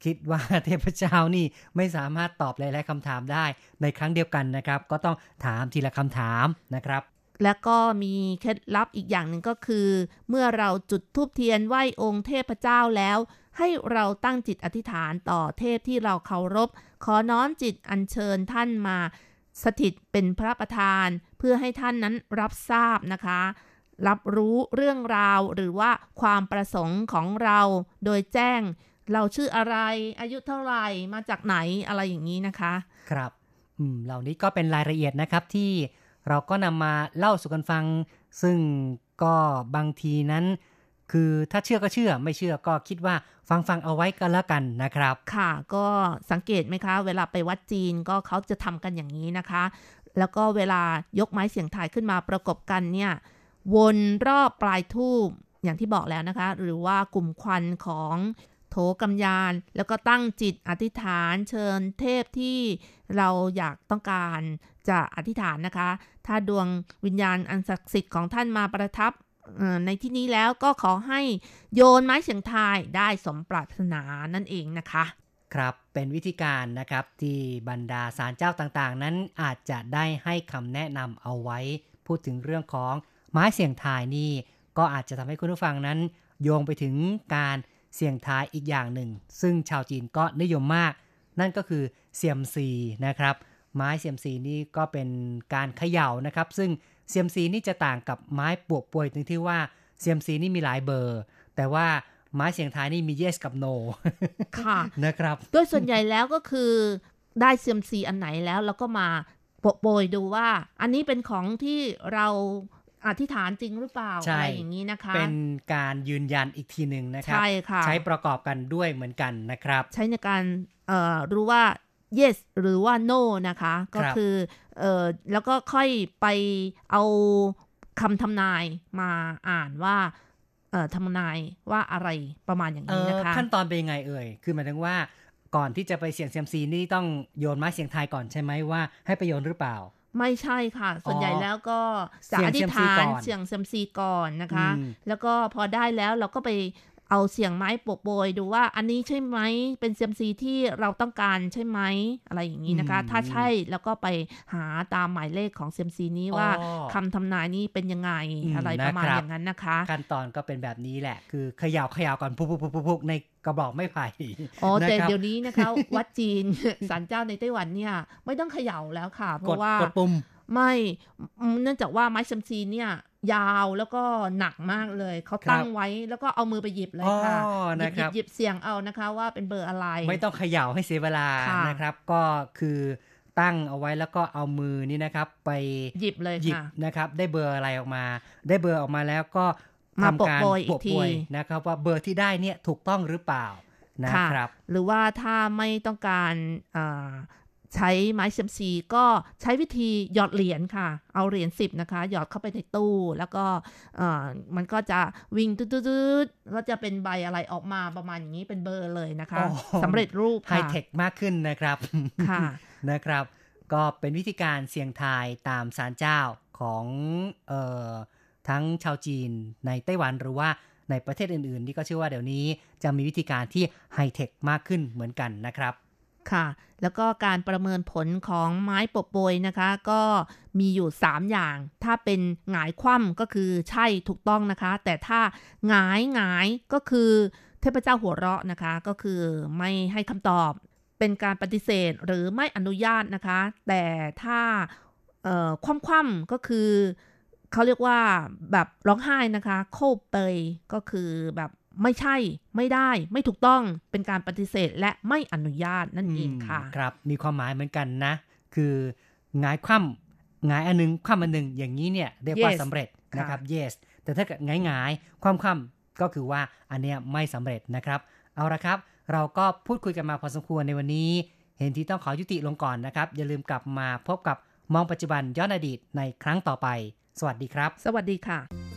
คิดว่าเทพเจ้านี่ไม่สามารถตอบหลายๆคำถามได้ในครั้งเดียวกันนะครับก็ต้องถามทีละคำถามนะครับและก็มีเคล็ดลับอีกอย่างหนึ่งก็คือเมื่อเราจุดธูปเทียนไหว้องค์เทพเจ้าแล้วให้เราตั้งจิตอธิษฐานต่อเทพที่เราเคารพขอน้อมจิตอัญเชิญท่านมาสถิตเป็นพระประธานเพื่อให้ท่านนั้นรับทราบนะคะรับรู้เรื่องราวหรือว่าความประสงค์ของเราโดยแจ้งเราชื่ออะไรอายุเท่าไหร่มาจากไหนอะไรอย่างนี้นะคะครับอืมเหล่านี้ก็เป็นรายละเอียดนะครับที่เราก็นำมาเล่าสู่กันฟังซึ่งก็บางทีนั้นคือถ้าเชื่อก็เชื่อไม่เชื่อก็คิดว่าฟังๆเอาไว้ก็แล้วกันนะครับค่ะก็สังเกตไหมคะเวลาไปวัดจีนก็เขาจะทำกันอย่างนี้นะคะแล้วก็เวลายกไม้เสียงทายขึ้นมาประกบกันเนี่ยวนรอบปลายธูปอย่างที่บอกแล้วนะคะหรือว่ากลุ่มควันของโถกำยานแล้วก็ตั้งจิตอธิษฐานเชิญเทพที่เราอยากต้องการจะอธิษฐานนะคะถ้าดวงวิญญาณอันศักดิ์สิทธิ์ของท่านมาประทับในที่นี้แล้วก็ขอให้โยนไม้เสียงทายได้สมปรารถนานั่นเองนะคะครับเป็นวิธีการนะครับที่บรรดาศาลเจ้าต่างๆนั้นอาจจะได้ให้คำแนะนำเอาไว้พูดถึงเรื่องของไม้เสี่ยงทายนี่ก็อาจจะทำให้คุณผู้ฟังนั้นโยงไปถึงการเสี่ยงทายอีกอย่างหนึ่งซึ่งชาวจีนก็นิยมมากนั่นก็คือเซียมซีนะครับไม้เซียมซีนี่ก็เป็นการเขย่านะครับซึ่งเซียมซีนี่จะต่างกับไม้ปวกป่วยตรงที่ว่าเซียมซีนี่มีหลายเบอร์แต่ว่าไม้เสี่ยงทายนี่มี yes กับ no ค่ะนะครับโดยส่วนใหญ่แล้วก็คือได้เซียมซีอันไหนแล้วเราก็มาโปรยดูว่าอันนี้เป็นของที่เราอธิษฐานจริงหรือเปล่าอะไรอย่างนี้นะคะเป็นการยืนยันอีกทีหนึ่งนะครับใช่ค่ะใช้ประกอบกันด้วยเหมือนกันนะครับใช้ในการเอ่อรู้ว่า yes หรือว่า no นะคะก็คือเอ่อแล้วก็ค่อยไปเอาคำทำนายมาอ่านว่าเอ่อทำนายว่าอะไรประมาณอย่างนี้นะคะขั้นตอนเป็นยังไงเอ่ยคือหมายถึงว่าก่อนที่จะไปเสี่ยงเซียมซีนี่ต้องโยนไม้เสี่ยงทายก่อนใช่ไหมว่าให้ไปโยนหรือเปล่าไม่ใช่ค่ะส่วนใหญ่แล้วก็จะอธิษฐานเสี่ยงเซียมซีก่อนนะคะแล้วก็พอได้แล้วเราก็ไปเอาเสี่ยงไม้โปะโปยดูว่าอันนี้ใช่ไหมเป็นเซียมซีที่เราต้องการใช่ไหมอะไรอย่างนี้นะคะถ้าใช่แล้วก็ไปหาตามหมายเลขของเซียมซีนี้ว่าคำทำนายนี้เป็นยังไงอะไรประมาณอย่างนั้นนะคะขั้นตอนก็เป็นแบบนี้แหละคือเขย่าเขย่าก่อนพุกๆๆในกระบอกไม้ไผ่อ๋อแต่เดี๋ยวนี้นะคะวัดจีนศาลเจ้าในไต้หวันเนี่ยไม่ต้องเขย่าแล้วค่ะเพราะว่ากดปุ่มไม่เนื่องจากว่าไม้เซียมซีเนี่ยยาวแล้วก็หนักมากเลยเขาตั้งไว้แล้วก็เอามือไปหยิบเลยค่ะหยิบหยิบเสียงเอานะคะว่าเป็นเบอร์อะไรไม่ต้องเขย่าให้เสียเวลานะครับก็คือตั้งเอาไว้แล้วก็เอามือนี่นะครับไปหยิบเลยค่ะนะครับได้เบอร์อะไรออกมาได้เบอร์ออกมาแล้วก็ทำการโปะโปยนะครับว่าเบอร์ที่ได้เนี่ยถูกต้องหรือเปล่านะครับหรือว่าถ้าไม่ต้องการใช้ไม้เซียมซีก็ใช้วิธีหยอดเหรียญค่ะเอาเหรียญสิบนะคะหยอดเข้าไปในตู้แล้วก็มันก็จะวิ่งตืดๆก็จะเป็นใบอะไรออกมาประมาณอย่างนี้เป็นเบอร์เลยนะคะสำเร็จรูปไฮเทคมากขึ้นนะครับค่ะนะครับก็เป็นวิธีการเสี่ยงทายตามศาลเจ้าของเอ่อทั้งชาวจีนในไต้หวันหรือว่าในประเทศอื่นๆนี่ก็เชื่อว่าเดี๋ยวนี้จะมีวิธีการที่ไฮเทคมากขึ้นเหมือนกันนะครับค่ะแล้วก็การประเมินผลของไม้โปะโปยนะคะก็มีอยู่สามอย่างถ้าเป็นหงายคว่ำก็คือใช่ถูกต้องนะคะแต่ถ้าหงายหงายก็คือเทพเจ้าหัวเราะนะคะก็คือไม่ให้คำตอบเป็นการปฏิเสธหรือไม่อนุญาตนะคะแต่ถ้าเอ่อคว่ำๆก็คือเขาเรียกว่าแบบร้องไห้นะคะโคบเปยก็คือแบบไม่ใช่ไม่ได้ไม่ถูกต้องเป็นการปฏิเสธและไม่อนุญาตนั่นเองค่ะครับมีความหมายเหมือนกันนะคือหงายคว่ำหงายอันนึงคว่ำอันนึงอย่างนี้เนี่ยเรียกว่า yes. สำเร็จนะครับ yes แต่ถ้าเกิดหงายหงายคว่ำคว่ำก็คือว่าอันเนี้ยไม่สำเร็จนะครับเอาละครับเราก็พูดคุยกันมาพอสมควรในวันนี้เห็นที่ต้องขอยุติลงก่อนนะครับอย่าลืมกลับมาพบกับมองปัจจุบันย้อนอดีตในครั้งต่อไปสวัสดีครับสวัสดีค่ะ